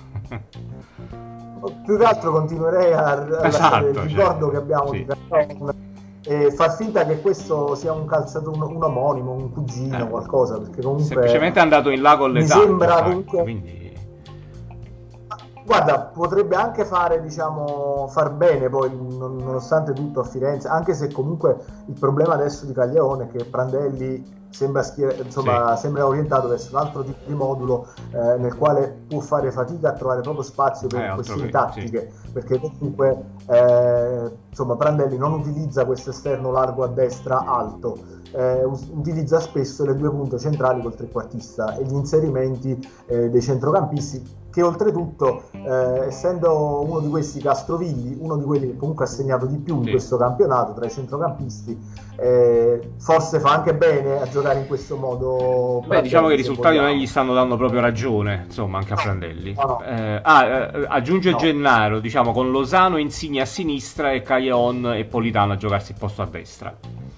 Speaker 2: Più che altro continuerei a, a
Speaker 1: Esatto,
Speaker 2: lasciare il ricordo
Speaker 1: cioè,
Speaker 2: che abbiamo
Speaker 1: sì.
Speaker 2: di Callejon e far finta che questo sia un calciatore, un, un omonimo, un cugino,
Speaker 1: Eh,
Speaker 2: qualcosa, perché comunque
Speaker 1: semplicemente è andato in là con
Speaker 2: mi
Speaker 1: l'età,
Speaker 2: sembra
Speaker 1: sai,
Speaker 2: comunque...
Speaker 1: quindi...
Speaker 2: Guarda, potrebbe anche fare, diciamo, far bene poi, non- nonostante tutto a Firenze, anche se comunque il problema adesso di Caglione è che Prandelli sembra, schier- insomma, sembra orientato verso un altro tipo di modulo eh, nel quale può fare fatica a trovare proprio spazio per
Speaker 1: Eh, altro
Speaker 2: questioni
Speaker 1: che-
Speaker 2: tattiche, perché comunque eh, insomma, Prandelli non utilizza questo esterno largo a destra alto, eh, us- utilizza spesso le due punte centrali col trequartista e gli inserimenti eh, dei centrocampisti che oltretutto, eh, essendo uno di questi Castrovilli, uno di quelli che comunque ha segnato di più in
Speaker 1: Sì.
Speaker 2: questo campionato tra i centrocampisti, eh, forse fa anche bene a giocare in questo modo.
Speaker 1: Beh, diciamo che i
Speaker 2: se
Speaker 1: risultati non
Speaker 2: vogliamo.
Speaker 1: gli stanno dando proprio ragione, insomma, anche a Prandelli.
Speaker 2: No, no.
Speaker 1: Eh, ah, eh, aggiunge
Speaker 2: No.
Speaker 1: Gennaro, diciamo, con Lozano e Insigne a sinistra e Callejon e Politano a giocarsi il posto a destra.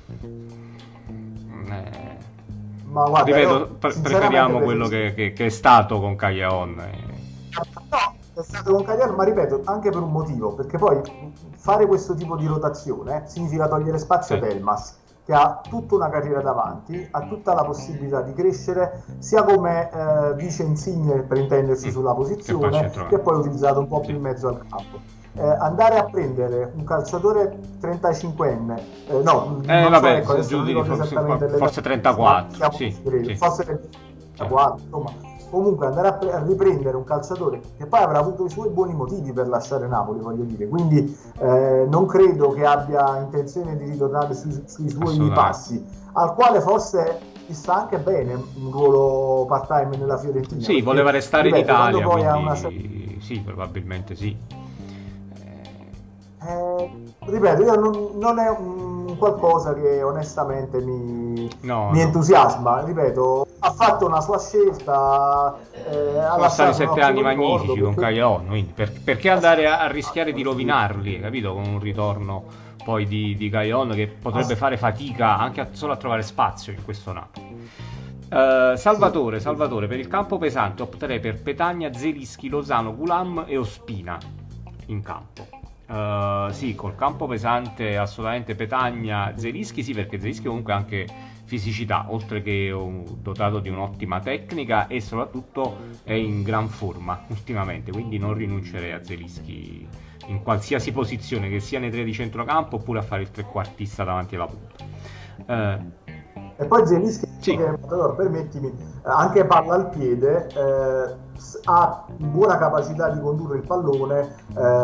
Speaker 1: Eh,
Speaker 2: Ma guarda,
Speaker 1: ripeto,
Speaker 2: io,
Speaker 1: pre-
Speaker 2: sinceramente,
Speaker 1: preferiamo quello
Speaker 2: preferisco-
Speaker 1: che, che- che è stato con Callejon. eh.
Speaker 2: No, è stato con Cagliari, ma ripeto, anche per un motivo, perché poi fare questo tipo di rotazione significa togliere spazio
Speaker 1: Sì.
Speaker 2: a Elmas, che ha tutta una carriera davanti, ha tutta la possibilità di crescere sia come eh, vice insigne, per intenderci,
Speaker 1: Mm.
Speaker 2: sulla
Speaker 1: Che poi
Speaker 2: posizione,
Speaker 1: centrocampo.
Speaker 2: che poi utilizzato un po'
Speaker 1: Sì.
Speaker 2: più in mezzo al campo. Eh, andare a prendere un calciatore trentacinquenne, eh, no,
Speaker 1: Eh,
Speaker 2: non
Speaker 1: vabbè,
Speaker 2: so, ecco, adesso
Speaker 1: giù
Speaker 2: non
Speaker 1: di-
Speaker 2: ricordo
Speaker 1: forse-
Speaker 2: esattamente l'età,
Speaker 1: forse trentaquattro,
Speaker 2: ma siamo
Speaker 1: sì,
Speaker 2: sicuri,
Speaker 1: sì.
Speaker 2: forse trentaquattro, insomma. Comunque andare a, pre- a riprendere un calciatore che poi avrà avuto i suoi buoni motivi per lasciare Napoli, voglio dire, quindi eh, non credo che abbia intenzione di ritornare sui, sui suoi
Speaker 1: Assolutamente.
Speaker 2: passi, al quale forse gli sta anche bene un ruolo part-time nella Fiorentina.
Speaker 1: Sì,
Speaker 2: perché,
Speaker 1: voleva restare in
Speaker 2: ripeto, quando
Speaker 1: Italia,
Speaker 2: poi ha
Speaker 1: quindi
Speaker 2: una certa-
Speaker 1: sì, probabilmente sì. Eh,
Speaker 2: Eh, ripeto, io non, non è un qualcosa che onestamente mi,
Speaker 1: No,
Speaker 2: mi
Speaker 1: no.
Speaker 2: entusiasma. Ripeto, ha fatto una sua scelta. Eh, ha
Speaker 1: Sono stati
Speaker 2: lasciato un
Speaker 1: sette
Speaker 2: ottimo
Speaker 1: anni
Speaker 2: ricordo,
Speaker 1: magnifici con
Speaker 2: perché-
Speaker 1: Callejon, quindi per- perché andare a, a rischiare di rovinarli, capito? Con un ritorno poi di, di Callejon che potrebbe fare fatica anche a- solo a trovare spazio in questo Napoli. Eh, Salvatore, Salvatore, per il campo pesante opterei per Petagna, Zelischi, Lozano, Gulam e Ospina in campo. Eh, sì, col campo pesante assolutamente Petagna, Zelischi, sì, perché Zelischi comunque ha anche fisicità, oltre che un- dotato di un'ottima tecnica e soprattutto è in gran forma ultimamente, quindi non rinuncerei a Zelischi in qualsiasi posizione, che sia nei tre di centrocampo oppure a fare il trequartista davanti alla punta. Eh,
Speaker 2: E poi Zelinski,
Speaker 1: Sì.
Speaker 2: che allora, permettimi, eh, anche palla al piede, eh, s- ha buona capacità di condurre il pallone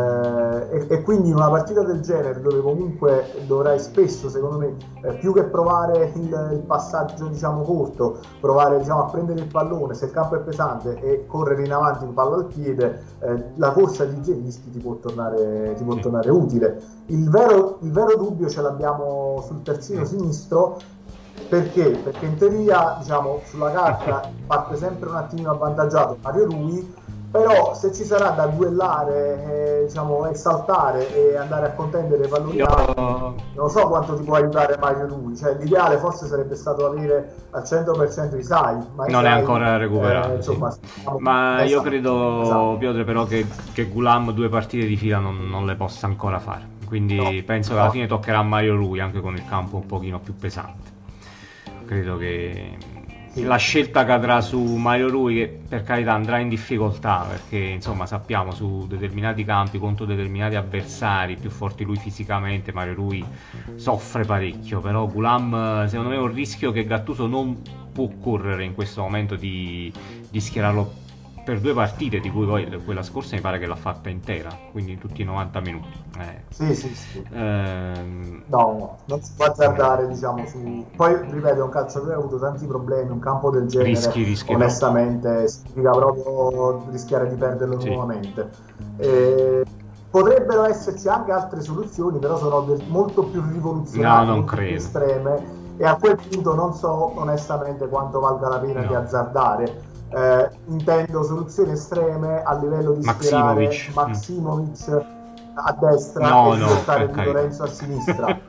Speaker 2: eh, e, e quindi in una partita del genere dove comunque dovrai spesso, secondo me, eh, più che provare il, il passaggio diciamo corto, provare diciamo, a prendere il pallone se il campo è pesante e correre in avanti con palla al piede, eh, la corsa di Zelinski ti può tornare, ti può
Speaker 1: Sì.
Speaker 2: tornare utile. Il vero, il vero dubbio ce l'abbiamo sul terzino
Speaker 1: Mm.
Speaker 2: sinistro. Perché? Perché in teoria, diciamo, sulla carta parte sempre un attimino avvantaggiato Mario Rui, però se ci sarà da duellare, eh, diciamo, esaltare e andare a contendere i palloni
Speaker 1: Io-
Speaker 2: alti, non so quanto ti può aiutare Mario Rui, cioè l'ideale forse sarebbe stato avere al cento per cento i Sai, ma i
Speaker 1: non è
Speaker 2: Sai,
Speaker 1: ancora recuperato,
Speaker 2: eh, insomma,
Speaker 1: sì.
Speaker 2: stiamo-
Speaker 1: Ma io
Speaker 2: esatto,
Speaker 1: credo,
Speaker 2: esatto.
Speaker 1: Piotr, però che, che Gulam due partite di fila non, non le possa ancora fare, quindi
Speaker 2: No,
Speaker 1: penso che
Speaker 2: no.
Speaker 1: alla fine toccherà a Mario Rui anche con il campo un pochino più pesante. Credo che
Speaker 2: Sì.
Speaker 1: la scelta cadrà su Mario Rui, che per carità andrà in difficoltà perché insomma sappiamo su determinati campi contro determinati avversari più forti lui fisicamente Mario Rui soffre parecchio, però Gulam secondo me è un rischio che Gattuso non può correre in questo momento di, di schierarlo per due partite, di cui poi quella scorsa mi pare che l'ha fatta intera, quindi tutti i novanta minuti. Eh,
Speaker 2: Sì, sì, sì.
Speaker 1: ehm,
Speaker 2: No, non si può azzardare, diciamo, su... Poi, ripeto, un calciatore ha avuto tanti problemi, un campo del genere,
Speaker 1: Rischi, rischi
Speaker 2: onestamente, significa proprio rischiare di perderlo
Speaker 1: Sì.
Speaker 2: nuovamente. E... potrebbero esserci anche altre soluzioni, però sono del, molto più rivoluzionarie,
Speaker 1: no, non
Speaker 2: molto
Speaker 1: credo.
Speaker 2: più estreme, e a quel punto non so onestamente quanto valga la pena no. di azzardare. Eh, intendo soluzioni estreme a livello di schierare
Speaker 1: Maximovic,
Speaker 2: Maximovic mm. a destra
Speaker 1: no,
Speaker 2: e
Speaker 1: no,
Speaker 2: portare Di Lorenzo a sinistra.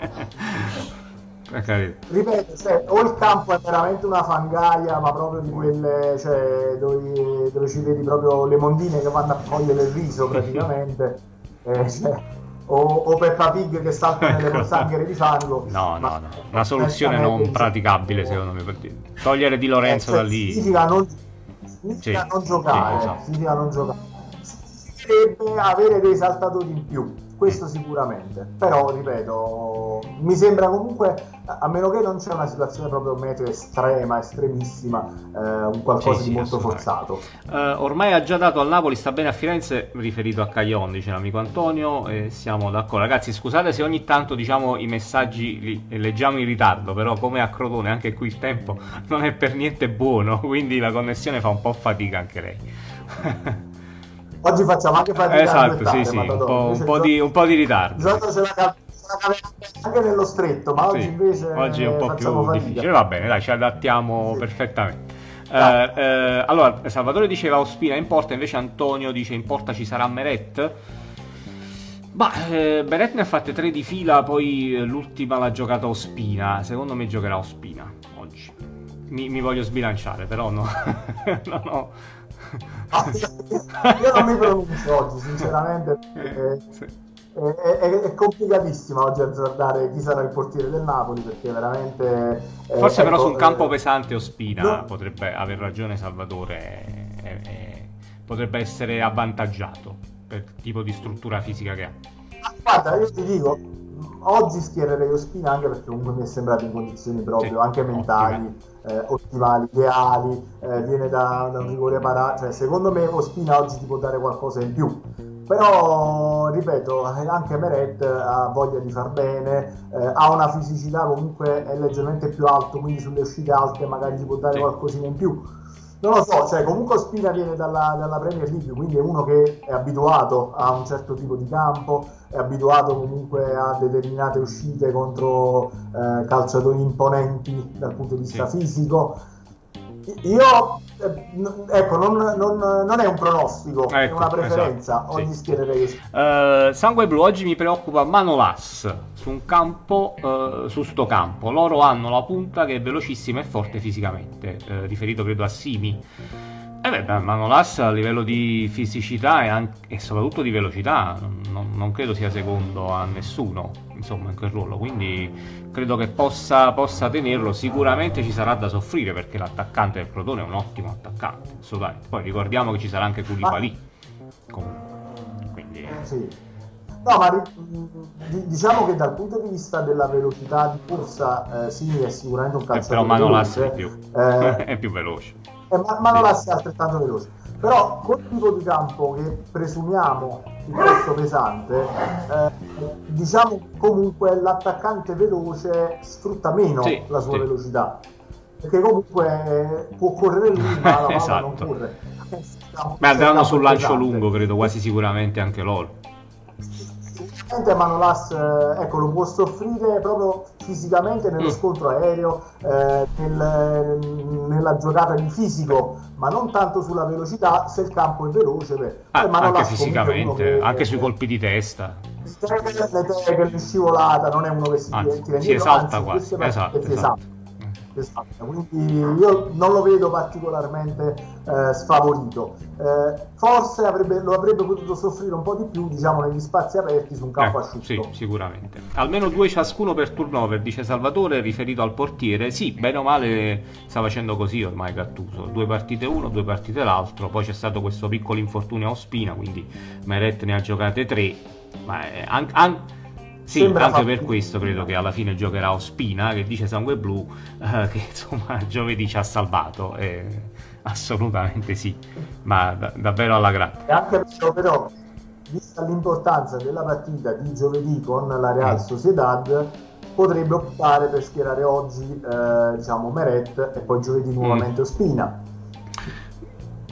Speaker 2: Ripeto, cioè, o il campo è veramente una fangaia, ma proprio di quelle, cioè, dove, dove ci vedi proprio le mondine che vanno a cogliere il riso praticamente, eh, cioè, o, o Peppa Pig che salta nelle pozzanghere di fango.
Speaker 1: No, no, no, una soluzione non praticabile secondo me, per dire. Togliere Di Lorenzo eh, cioè, da lì
Speaker 2: significa non, significa sì, non giocare, sì, esatto. significa non giocare. Significherebbe avere dei saltatori in più, questo sicuramente, però ripeto, mi sembra comunque, a meno che non c'è una situazione proprio meteo estrema, estremissima, eh, un qualcosa sì, di sì, molto forzato.
Speaker 1: Uh, ormai ha già dato al Napoli, sta bene a Firenze, riferito a Caglion, dice l'amico Antonio, e siamo d'accordo. Ragazzi, scusate se ogni tanto diciamo i messaggi li leggiamo in ritardo, però come a Crotone anche qui il tempo non è per niente buono, quindi la connessione fa un po' fatica anche lei.
Speaker 2: Oggi facciamo anche fatica.
Speaker 1: Esatto, sì, sì, un po', un, po di, un po' di ritardo.
Speaker 2: Sì. Ce la anche nello stretto, ma oggi sì, invece
Speaker 1: oggi è un po' più fatica. difficile. Va bene, dai, ci adattiamo sì. perfettamente.
Speaker 2: Ah.
Speaker 1: Eh, eh, allora, Salvatore diceva Ospina in porta, invece Antonio dice in porta ci sarà Meret. Ma eh, Meret ne ha fatte tre di fila, poi eh, l'ultima l'ha giocata Ospina. Secondo me giocherà Ospina oggi. Mi, mi voglio sbilanciare, però no. no, no.
Speaker 2: Io non mi pronuncio oggi, sinceramente. Perché... sì. È, è, è complicatissima oggi azzardare chi sarà il portiere del Napoli, perché veramente
Speaker 1: eh, forse ecco, però su un campo eh, pesante Ospina no. potrebbe aver ragione Salvatore, eh, eh, potrebbe essere avvantaggiato per il tipo di struttura fisica che ha.
Speaker 2: Guarda, io ti dico, oggi schiererei Ospina anche perché comunque mi è sembrato in condizioni proprio sì, anche mentali eh, ottimali, ideali, eh, viene da, da un rigore parato, cioè secondo me Ospina oggi ti può dare qualcosa in più. Però, ripeto, anche Meret ha voglia di far bene, eh, ha una fisicità comunque, è leggermente più alto, quindi sulle uscite alte magari ti può dare sì. qualcosina in più. Non lo so, cioè comunque Ospina viene dalla, dalla Premier League, quindi è uno che è abituato a un certo tipo di campo, è abituato comunque a determinate uscite contro eh, calciatori imponenti dal punto di vista sì. fisico. Io, ecco, non, non, non è un pronostico, ecco, è una preferenza. Esatto, oggi sì. schiererei
Speaker 1: uh, Sangue Blu, oggi mi preoccupa Manolas su un campo, uh, su sto campo. Loro hanno la punta che è velocissima e forte fisicamente, uh, riferito credo a Simi. E eh beh, Manolas a livello di fisicità e, anche, e soprattutto di velocità non, non credo sia secondo a nessuno, insomma, in quel ruolo, quindi credo che possa, possa tenerlo. Sicuramente ci sarà da soffrire perché l'attaccante del Crotone è un ottimo attaccante, assolutamente. Poi ricordiamo che ci sarà anche Koulibaly comunque, quindi
Speaker 2: sì. No, ma diciamo che dal punto di vista della velocità di corsa eh, Simi è sicuramente un calciatore,
Speaker 1: eh, però Manolas è più
Speaker 2: eh,
Speaker 1: è più veloce.
Speaker 2: Eh, ma, ma non la sia altrettanto veloce, però col tipo di campo che presumiamo piuttosto pesante, eh, diciamo comunque l'attaccante veloce sfrutta meno sì, la sua sì. velocità, perché comunque può correre lui ma la palla esatto. non corre.
Speaker 1: Beh, andranno sul lancio pesante. lungo credo quasi sicuramente anche loro.
Speaker 2: Manolas eh, ecco, lo può soffrire proprio fisicamente nello mm. scontro aereo, eh, nel, nella giocata di fisico, ma non tanto sulla velocità se il campo è veloce. Beh.
Speaker 1: Ah, anche fisicamente, che, anche sui colpi di testa.
Speaker 2: Le teghe, le scivolata, non è uno che si,
Speaker 1: anzi,
Speaker 2: tira
Speaker 1: si esalta anzi, quasi. Esatto, esatto.
Speaker 2: esatto. Esatto, quindi io non lo vedo particolarmente eh, sfavorito. Eh, forse avrebbe, lo avrebbe potuto soffrire un po' di più, diciamo, negli spazi aperti su un campo
Speaker 1: eh,
Speaker 2: asciutto.
Speaker 1: Sì, sicuramente. Almeno due ciascuno per turnover, dice Salvatore, riferito al portiere. Sì, bene o male sta facendo così ormai Gattuso. Due partite uno, due partite l'altro. Poi c'è stato questo piccolo infortunio a Ospina, quindi Meret ne ha giocate tre. Ma anche... An- Sì, Sembra anche per questo credo che alla fine giocherà Ospina, che dice Sangue Blu, eh, che insomma giovedì ci ha salvato, eh, assolutamente sì, ma da- davvero alla grande.
Speaker 2: E anche però, vista l'importanza della partita di giovedì con la Real Sociedad, potrebbe optare per schierare oggi eh, diciamo Meret e poi giovedì nuovamente mm. Ospina.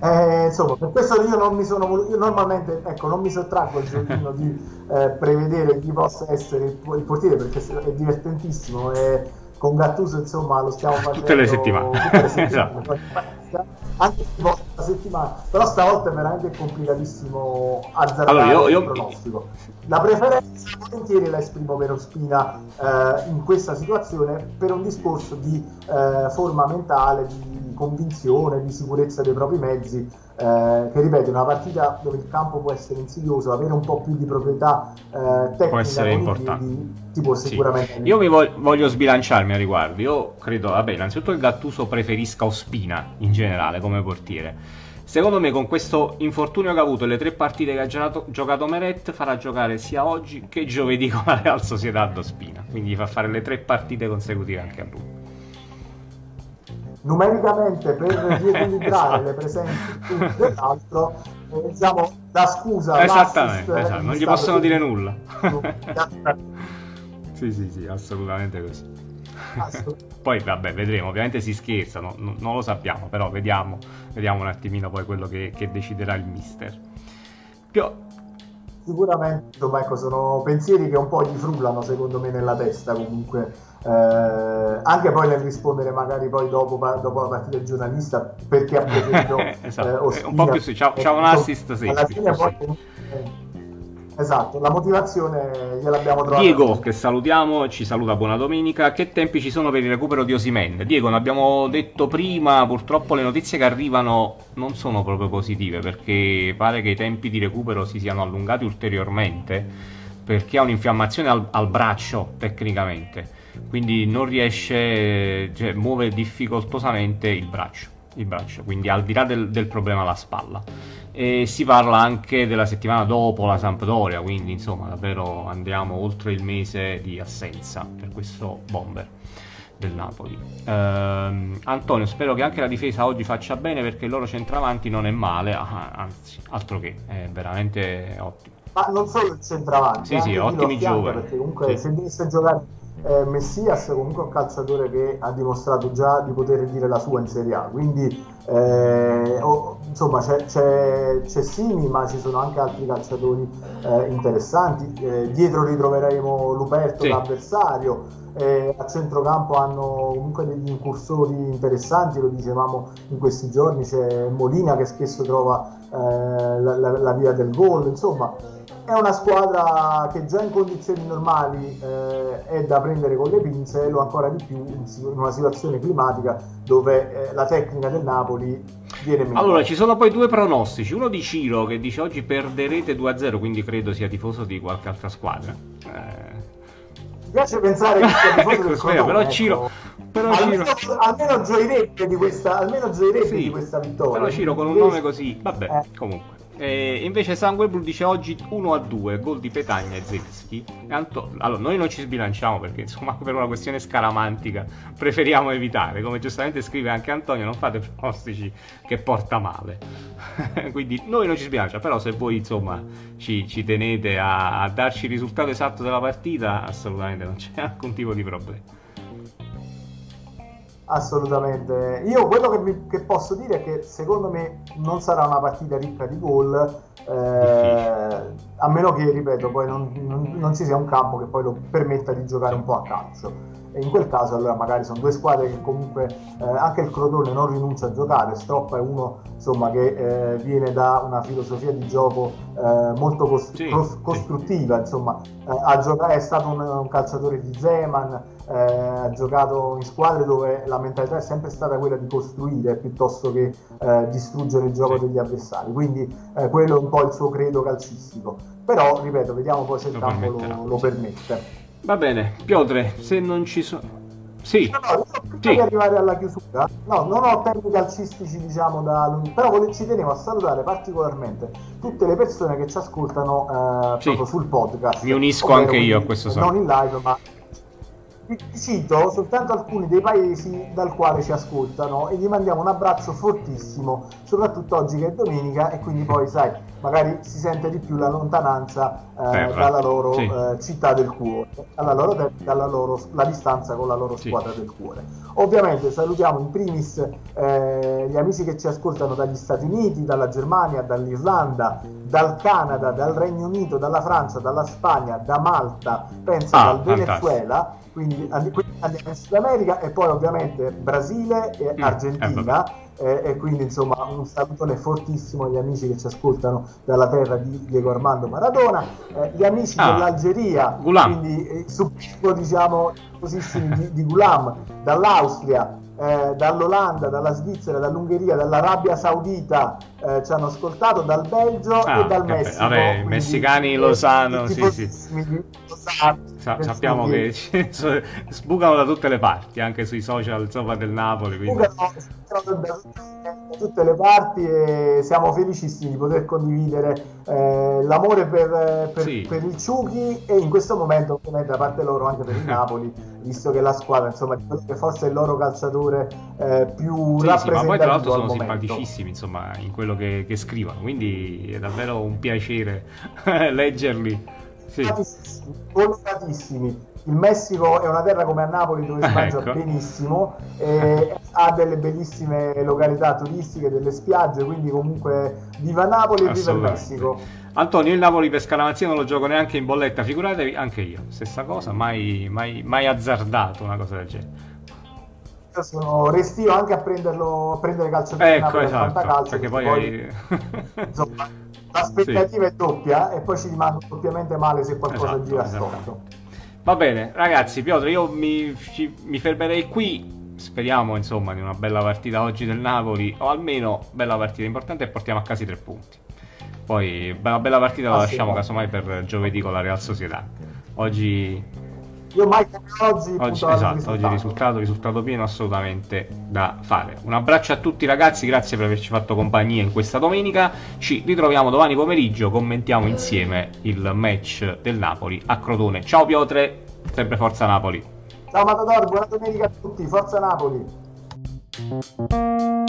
Speaker 2: Eh, insomma, per questo io non mi sono voluto, io normalmente ecco, non mi sottraggo al giochino di eh, prevedere chi possa essere il, il portiere, perché è divertentissimo e con Gattuso insomma lo stiamo facendo
Speaker 1: tutte le settimane,
Speaker 2: tutte le settimane.
Speaker 1: esatto.
Speaker 2: Anche la settimana, però stavolta è veramente complicatissimo azzardare
Speaker 1: allora, io, io...
Speaker 2: il pronostico. La preferenza volentieri la esprimo per Ospina eh, in questa situazione per un discorso di eh, forma mentale, di convinzione, di sicurezza dei propri mezzi, eh, che ripeto, una partita dove il campo può essere insidioso, avere un po' più di proprietà eh, tecnica
Speaker 1: può essere importante.
Speaker 2: Piedi, ti può sicuramente
Speaker 1: sì. Io mi voglio, voglio sbilanciarmi a riguardo. Io credo, vabbè, innanzitutto il Gattuso preferisca Ospina in generale come portiere. Secondo me con questo infortunio che ha avuto e le tre partite che ha giocato, giocato Meret, farà giocare sia oggi che giovedì con la Real Sociedad Ospina, quindi gli fa fare le tre partite consecutive anche a lui.
Speaker 2: Numericamente per riequilibrare le presenze dell'altro, eh, diciamo da scusa
Speaker 1: esattamente, esatto. Non gli possono dire nulla. sì sì sì, assolutamente così. Assolutamente. Poi vabbè, vedremo, ovviamente si scherza, no, no, non lo sappiamo, però vediamo, vediamo un attimino poi quello che, che deciderà il mister. Pio...
Speaker 2: Sicuramente, insomma, ecco, sono pensieri che un po' gli frullano secondo me nella testa comunque, eh, anche poi nel rispondere magari poi dopo, dopo la partita del giornalista perché ha preferito
Speaker 1: esatto.
Speaker 2: eh, Ospina,
Speaker 1: un po' più sì, c'ha, c'ha un assist sì,
Speaker 2: alla fine
Speaker 1: sì.
Speaker 2: Poi, eh, esatto, la motivazione gliel'abbiamo trovata.
Speaker 1: Diego, che salutiamo, ci saluta, buona domenica. Che tempi ci sono per il recupero di Osimhen? Diego, ne abbiamo detto prima, purtroppo le notizie che arrivano non sono proprio positive, perché pare che i tempi di recupero si siano allungati ulteriormente, perché ha un'infiammazione al, al braccio tecnicamente, quindi non riesce, cioè muove difficoltosamente il braccio, il braccio, quindi al di là del, del problema alla spalla. E si parla anche della settimana dopo la Sampdoria, quindi insomma davvero andiamo oltre il mese di assenza per questo bomber del Napoli. ehm, Antonio, spero che anche la difesa oggi faccia bene, perché il loro centravanti non è male, ah, anzi altro che, è veramente ottimo.
Speaker 2: Ma non solo il centravanti,
Speaker 1: sì sì, ottimi giovani,
Speaker 2: perché comunque
Speaker 1: sì.
Speaker 2: Se dovesse giocare eh, Messias, comunque è un calciatore che ha dimostrato già di poter dire la sua in Serie A, quindi eh, oh, insomma c'è, c'è, c'è Simi, ma ci sono anche altri calciatori eh, interessanti, eh, dietro ritroveremo Luperto, sì, l'avversario. Eh, a centrocampo hanno comunque degli incursori interessanti, lo dicevamo in questi giorni, c'è Molina che spesso trova eh, la, la, la via del gol, insomma è una squadra che già in condizioni normali eh, è da prendere con le pinze, lo ancora di più in una situazione climatica dove eh, la tecnica del Napoli viene meno.
Speaker 1: Allora ci sono poi due pronostici, uno di Ciro che dice oggi perderete due a zero, quindi credo sia tifoso di qualche altra squadra. eh...
Speaker 2: Mi piace pensare che sia tifoso del
Speaker 1: Crotone, però ecco. Ciro, però
Speaker 2: almeno,
Speaker 1: Ciro...
Speaker 2: almeno gioirebbe di questa, almeno gioirebbe
Speaker 1: sì,
Speaker 2: di questa vittoria.
Speaker 1: Però Ciro con un nome così, vabbè, eh. comunque. E invece Sangue Blu dice oggi uno a due, gol di Petagna e Zelinski. E Anto... Allora, noi non ci sbilanciamo perché insomma per una questione scaramantica preferiamo evitare, come giustamente scrive anche Antonio, non fate pronostici che porta male. Quindi noi non ci sbilanciamo, però se voi insomma ci, ci tenete a, a darci il risultato esatto della partita, assolutamente non c'è alcun tipo di problema.
Speaker 2: Assolutamente. Io quello che, mi, che posso dire è che secondo me non sarà una partita ricca di gol, eh, a meno che, ripeto, poi non, non, non ci sia un campo che poi lo permetta di giocare un po' a calcio. E in quel caso allora magari sono due squadre che comunque eh, anche il Crotone non rinuncia a giocare. Stroppa è uno insomma che eh, viene da una filosofia di gioco eh, molto costru- sì, cos- costruttiva, sì. insomma eh, a giocare, è stato un, un calciatore di Zeman, eh, ha giocato in squadre dove la mentalità è sempre stata quella di costruire piuttosto che eh, distruggere il gioco sì. degli avversari, quindi eh, quello è un po' il suo credo calcistico, però ripeto, vediamo poi se il campo lo, lo permette.
Speaker 1: Va bene, Piotre, se non ci sono... Sì,
Speaker 2: no, no, io prima
Speaker 1: sì.
Speaker 2: di arrivare alla chiusura, no, non ho temi calcistici, diciamo, da... però vole... ci tenevo a salutare particolarmente tutte le persone che ci ascoltano eh, sì. proprio sul podcast.
Speaker 1: Mi unisco anche io a questo saluto.
Speaker 2: Non in live, ma vi cito soltanto alcuni dei paesi dal quale ci ascoltano e gli mandiamo un abbraccio fortissimo, soprattutto oggi che è domenica e quindi poi sai, magari si sente di più la lontananza eh, dalla loro sì. eh, città del cuore, dalla loro, dalla loro, la distanza con la loro squadra sì. del cuore. Ovviamente salutiamo in primis eh, gli amici che ci ascoltano dagli Stati Uniti, dalla Germania, dall'Irlanda, dal Canada, dal Regno Unito, dalla Francia, dalla Spagna, da Malta, penso ah, dal Venezuela, quindi andiamo in Sud America e poi ovviamente Brasile e Argentina. Mm, eh, e quindi insomma un salutone fortissimo agli amici che ci ascoltano dalla terra di Diego Armando Maradona, eh, gli amici ah, dell'Algeria,
Speaker 1: Ghulam.
Speaker 2: quindi eh, subito diciamo di, di Ghulam, dall'Austria, eh, dall'Olanda, dalla Svizzera, dall'Ungheria, dall'Arabia Saudita eh, ci hanno ascoltato, dal Belgio ah, e dal Messico.
Speaker 1: Vabbè, i messicani eh, lo sanno, sì, sì. Sa- sappiamo che ci, so, sbucano da tutte le parti, anche sui social insomma, del Napoli. Quindi...
Speaker 2: Sbucano, sbucano da, da tutte le parti e siamo felicissimi di poter condividere eh, l'amore per, per, sì. per il Ciuchi e in questo momento ovviamente da parte loro anche per il Napoli, visto che la squadra insomma che forse è il loro calciatore eh, più sì, rappresentativo. Sì, ma
Speaker 1: poi tra l'altro sono
Speaker 2: momento.
Speaker 1: simpaticissimi insomma in quello che, che scrivono, quindi è davvero un piacere leggerli. Sì.
Speaker 2: Coloratissimi. Il Messico è una terra come a Napoli dove si mangia ecco. benissimo e ha delle bellissime località turistiche, delle spiagge, quindi comunque viva Napoli e viva il Messico.
Speaker 1: Antonio, il Napoli per scaramanzia non lo gioco neanche in bolletta, figuratevi, anche io stessa cosa, mai, mai, mai azzardato una cosa del genere.
Speaker 2: Io sono restio anche a prenderlo a prendere calcio
Speaker 1: ecco, Napoli esatto, fantacalcio, perché poi, poi
Speaker 2: hai... insomma, l'aspettativa sì. è doppia e poi ci rimango doppiamente male se qualcosa esatto, gira esatto. storto.
Speaker 1: Va bene ragazzi, Piotr, io mi, ci, mi fermerei qui, speriamo insomma di una bella partita oggi del Napoli, o almeno bella partita importante e portiamo a casa i tre punti. Poi una bella partita la ah, lasciamo sì, casomai per giovedì con la Real Sociedad. Oggi...
Speaker 2: Io mai come oggi,
Speaker 1: oggi esatto, oggi risultato, risultato pieno assolutamente da fare. Un abbraccio a tutti ragazzi, grazie per averci fatto compagnia in questa domenica. Ci ritroviamo domani pomeriggio, commentiamo insieme il match del Napoli a Crotone. Ciao Piotre, sempre Forza Napoli.
Speaker 2: Ciao Matador, buona domenica a tutti, Forza Napoli.